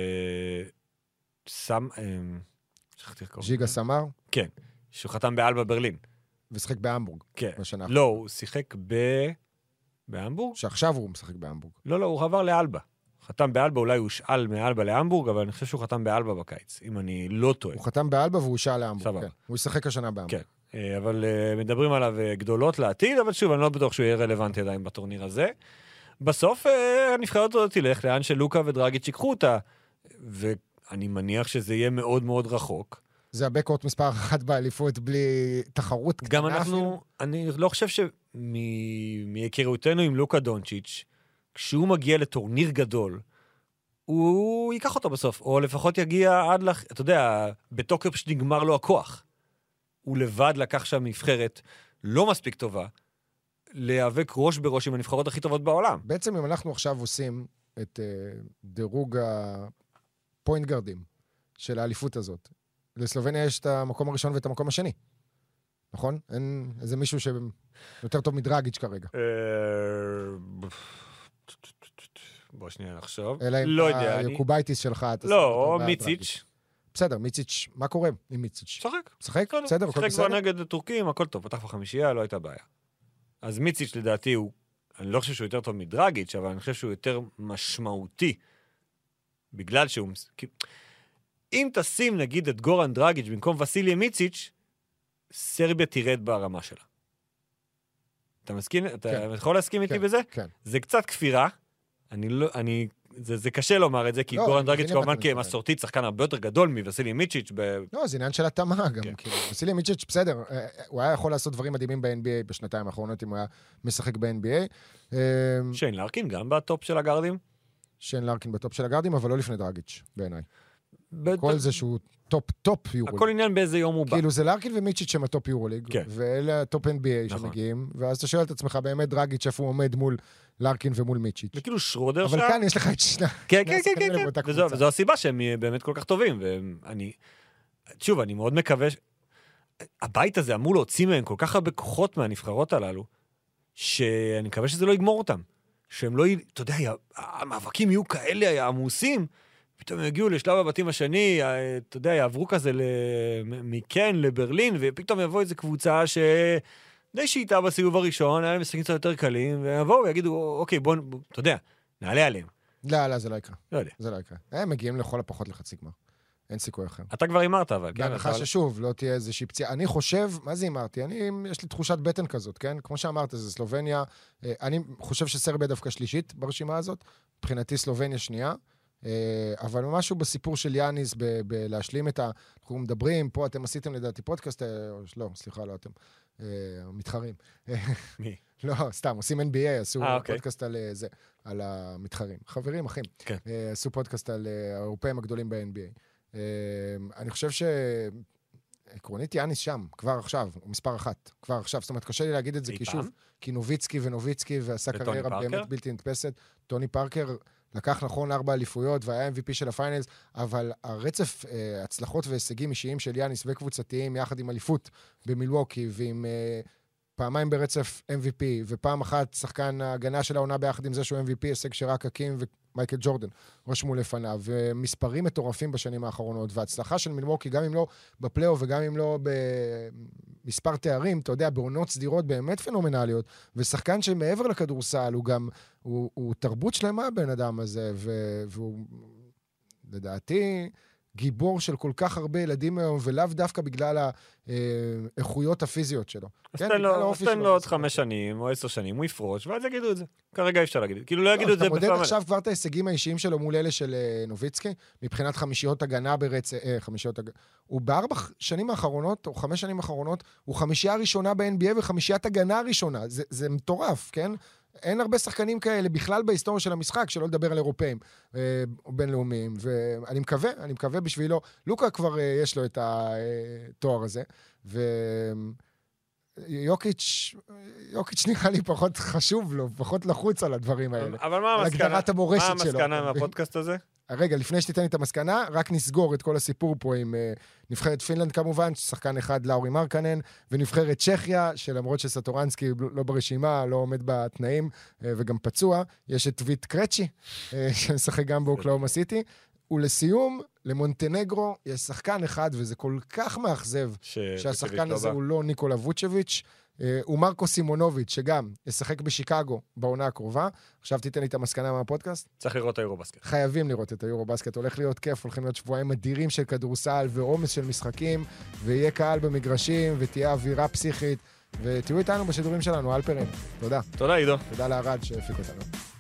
שם... ז'יגה סמר? כן, שהוא חתם באלבה ברלין. ושחק בהמבורג. כן. בשנה. לא, הוא שיחק ב... בהמבורג? שעכשיו הוא משחק בהמבורג. לא, לא, הוא עבר לאלבה. חתם באלבה, אולי הוא שאל מאלבה להמבורג, אבל אני חושב שהוא חתם באלבה בקיץ, אם אני לא טועה. הוא חתם באלבה והוא שאל להמבורג. סבבה. כן. הוא ישחק השנה בהמבורג. כן, אבל uh, מדברים עליו uh, גדולות לעתיד, אבל שוב, אני לא בטוח שהוא יהיה רלוונטי עדיין בטורניר הזה. בסוף uh, הנבחרת הזאת תלך לאן שלוקה ודרגיץ' ייקחו אותה, ואני מניח שזה יהיה מאוד מאוד רחוק. זה הבקורט מספר אחת באליפות בלי תחרות. גם אנחנו, אני לא חושב שמהיכרותנו עם לוקה דונצ'יץ', כשהוא מגיע לטורניר גדול, הוא ייקח אותו בסוף, או לפחות יגיע עד לך, אתה יודע, בטוקיו פשוט נגמר לו הכוח. הוא לבד לקח שם נבחרת לא מספיק טובה, להיאבק ראש בראש עם הנבחרות הכי טובות בעולם. בעצם אם אנחנו עכשיו עושים את uh, דירוג הפוינט גארדים של האליפות הזאת, לסלובניה יש את המקום הראשון ואת המקום השני. נכון? אין איזה מישהו שיותר טוב מדרגיץ' כרגע. בוא שנייה נחשוב. אלא אם לא יודע. היוקובייטיס שלך. לא, או מיציץ'. בסדר, מיציץ', מה קורה עם מיציץ'? שחק. שחק? בסדר, הכל בסדר? שחק כבר נגד הטורקים, הכל טוב, פתח בחמישייה, לא הייתה בעיה. אז מיציץ' לדעתי הוא, אני לא חושב שהוא יותר טוב מדרגיץ', אבל אני חושב שהוא יותר משמעותי, בגלל שהוא... אם תשים נגיד את גורן דרגיץ' במקום וסיליה מיציץ', סרביה תירד ברמה שלה. אתה מסכים? אתה יכול להסכים איתי בזה? כן. זה קצת כפירה, אני לא, אני, זה, זה קשה לומר את זה, כי גורן דרגיץ' כמובן כמסורתית, שחקן הרבה יותר גדול מווסיליה מיציץ' ב... לא, זה עניין של התאמה גם, כאילו. וסיליה מיציץ', בסדר, הוא היה יכול לעשות דברים מדהימים ב-אן בי איי בשנתיים האחרונות, אם הוא היה משחק ב-אן בי איי. שיין לארקין גם בטופ של הגארדים? שיין לארקין בטופ של הגארדים, אבל לא לפני דרגיץ', בעיניי. כל זה שהוא טופ, טופ יורוליג. הכל עניין באיזה יום הוא בא. כאילו זה לארקין ומיצ'יץ' שהם הטופ יורוליג, ואלה הטופ אן בי איי שמגיעים, ואז אתה שואל את עצמך באמת דרגיץ' איפה הוא עומד מול לארקין ומול מיצ'יץ'. וכאילו שרודר שם. אבל כאן יש לך את שני. כן, כן, כן, כן. וזו הסיבה שהם באמת כל כך טובים, ואני, שוב, אני מאוד מקווה, הבית הזה אמור להוציא מהם כל כך הרבה כוחות מהנבחרות הללו, שאני מקווה שזה לא יגמור אותם. שהם לא, אתה יודע, המאבקים יהיו כאלה עמוסים, פתאום הם הגיעו לשלב הבתים השני, אתה יודע, יעברו כזה מכן לברלין, ופתאום יבוא איזו קבוצה ש... די שאיתה בסיבוב הראשון, היה להם משחקים קצת יותר קלים, ויבואו ויגידו, אוקיי, בואו, אתה יודע, נעלה עליהם. לא, לא, זה לא יקרה. לא יודע. זה לא יקרה. הם מגיעים לכל הפחות לחצי גמר. אין סיכוי אחר. אתה כבר אמרת, אבל. בהנחה ששוב, לא תהיה איזושהי פציעה. אני חושב, מה זה אמרתי? אני, יש לי תחושת בטן כזאת, כן? כמו שאמרת, זה סלובניה. אני חושב שסרביה דווקא שלישית ברשימה הזאת. מבחינתי סלובניה שנייה. אבל משהו בסיפור של יאניס, בלהשלים את ה... אנחנו מדברים, פה אתם עשיתם לדעתי פודקאסט, לא, סליחה, לא אתם. מתחרים. מי? לא, סתם, עושים אן בי איי, עשו פודקאסט על זה. על המתחרים. חברים, אחים. כן. עשו פודקאסט על האירופאים הגדולים ב-אן בי איי. אני חושב ש... עקרונית יאניס שם, כבר עכשיו, הוא מספר אחת, כבר עכשיו. זאת אומרת, קשה לי להגיד את זה, כי שוב, כי נוביצקי ונוביצקי, ועשה קריירה באמת בלתי נתפסת. טוני פארקר לקח נכון ארבע אליפויות, והיה אם וי פי של הפיינלס, אבל הרצף הצלחות והישגים אישיים של יאניס וקבוצתיים, יחד עם אליפות במילווקי, ועם פעמיים ברצף אם וי פי, ופעם אחת שחקן ההגנה של העונה ביחד עם זה שהוא אם וי פי, הישג שרק הקים ומייקל ג'ורדן רשמו לפניו, ומספרים מטורפים בשנים האחרונות, וההצלחה של מילווקי, גם אם לא בפלייאוף וגם אם לא במספר תארים, אתה יודע, בעונות סדירות באמת פנומנליות, ושחקן שמעבר לכדורסל, הוא גם, הוא, הוא תרבות שלמה בן אדם הזה, והוא, לדעתי, גיבור של כל כך הרבה ילדים היום, ולאו דווקא בגלל האיכויות הפיזיות שלו. אז תן לו עוד חמש שנים או עשר שנים, הוא יפרוש, ואז יגידו את זה. כרגע אפשר להגיד. כאילו לא יגידו את זה. אתה מודד עכשיו כבר את ההישגים האישיים שלו מול אלה של נוביצקי, מבחינת חמישיות הגנה ברצף, חמישיות הגנה. הוא בארבע שנים האחרונות, או חמש שנים האחרונות, הוא חמישייה הראשונה ב-אן בי איי וחמישיית הגנה הראשונה. זה מטורף, כן? אין הרבה שחקנים כאלה בכלל בהיסטוריה של המשחק, שלא לדבר על אירופאים או בינלאומיים, ואני מקווה, אני מקווה בשבילו, לוקה כבר יש לו את התואר הזה, ויוקיץ' יוקיץ' נראה לי פחות חשוב לו, פחות לחוץ על הדברים האלה. אבל מה המסקנה? מה המסקנה מהפודקאסט הזה? רגע, לפני שתיתן לי את המסקנה, רק נסגור את כל הסיפור פה עם uh, נבחרת פינלנד כמובן, שחקן אחד לאורי מרקנן, ונבחרת צ'כיה, שלמרות שסטורנסקי לא ברשימה, לא עומד בתנאים, uh, וגם פצוע, יש את ויט קרצ'י, uh, שמשחק גם באוקלאומה סיטי, ולסיום, למונטנגרו יש שחקן אחד, וזה כל כך מאכזב, ש... שהשחקן הזה הוא לא ניקולה ווצ'ביץ', הוא מרקו סימונוביץ', שגם ישחק בשיקגו בעונה הקרובה. עכשיו תיתן לי את המסקנה מהפודקאסט. צריך לראות את היורובסקט. חייבים לראות את היורובסקט. הולך להיות כיף, הולכים להיות שבועיים אדירים של כדורסל ועומס של משחקים, ויהיה קהל במגרשים, ותהיה אווירה פסיכית, ותהיו איתנו בשידורים שלנו, אלפרים. תודה. תודה, עידו. תודה לארד שהפיק אותנו.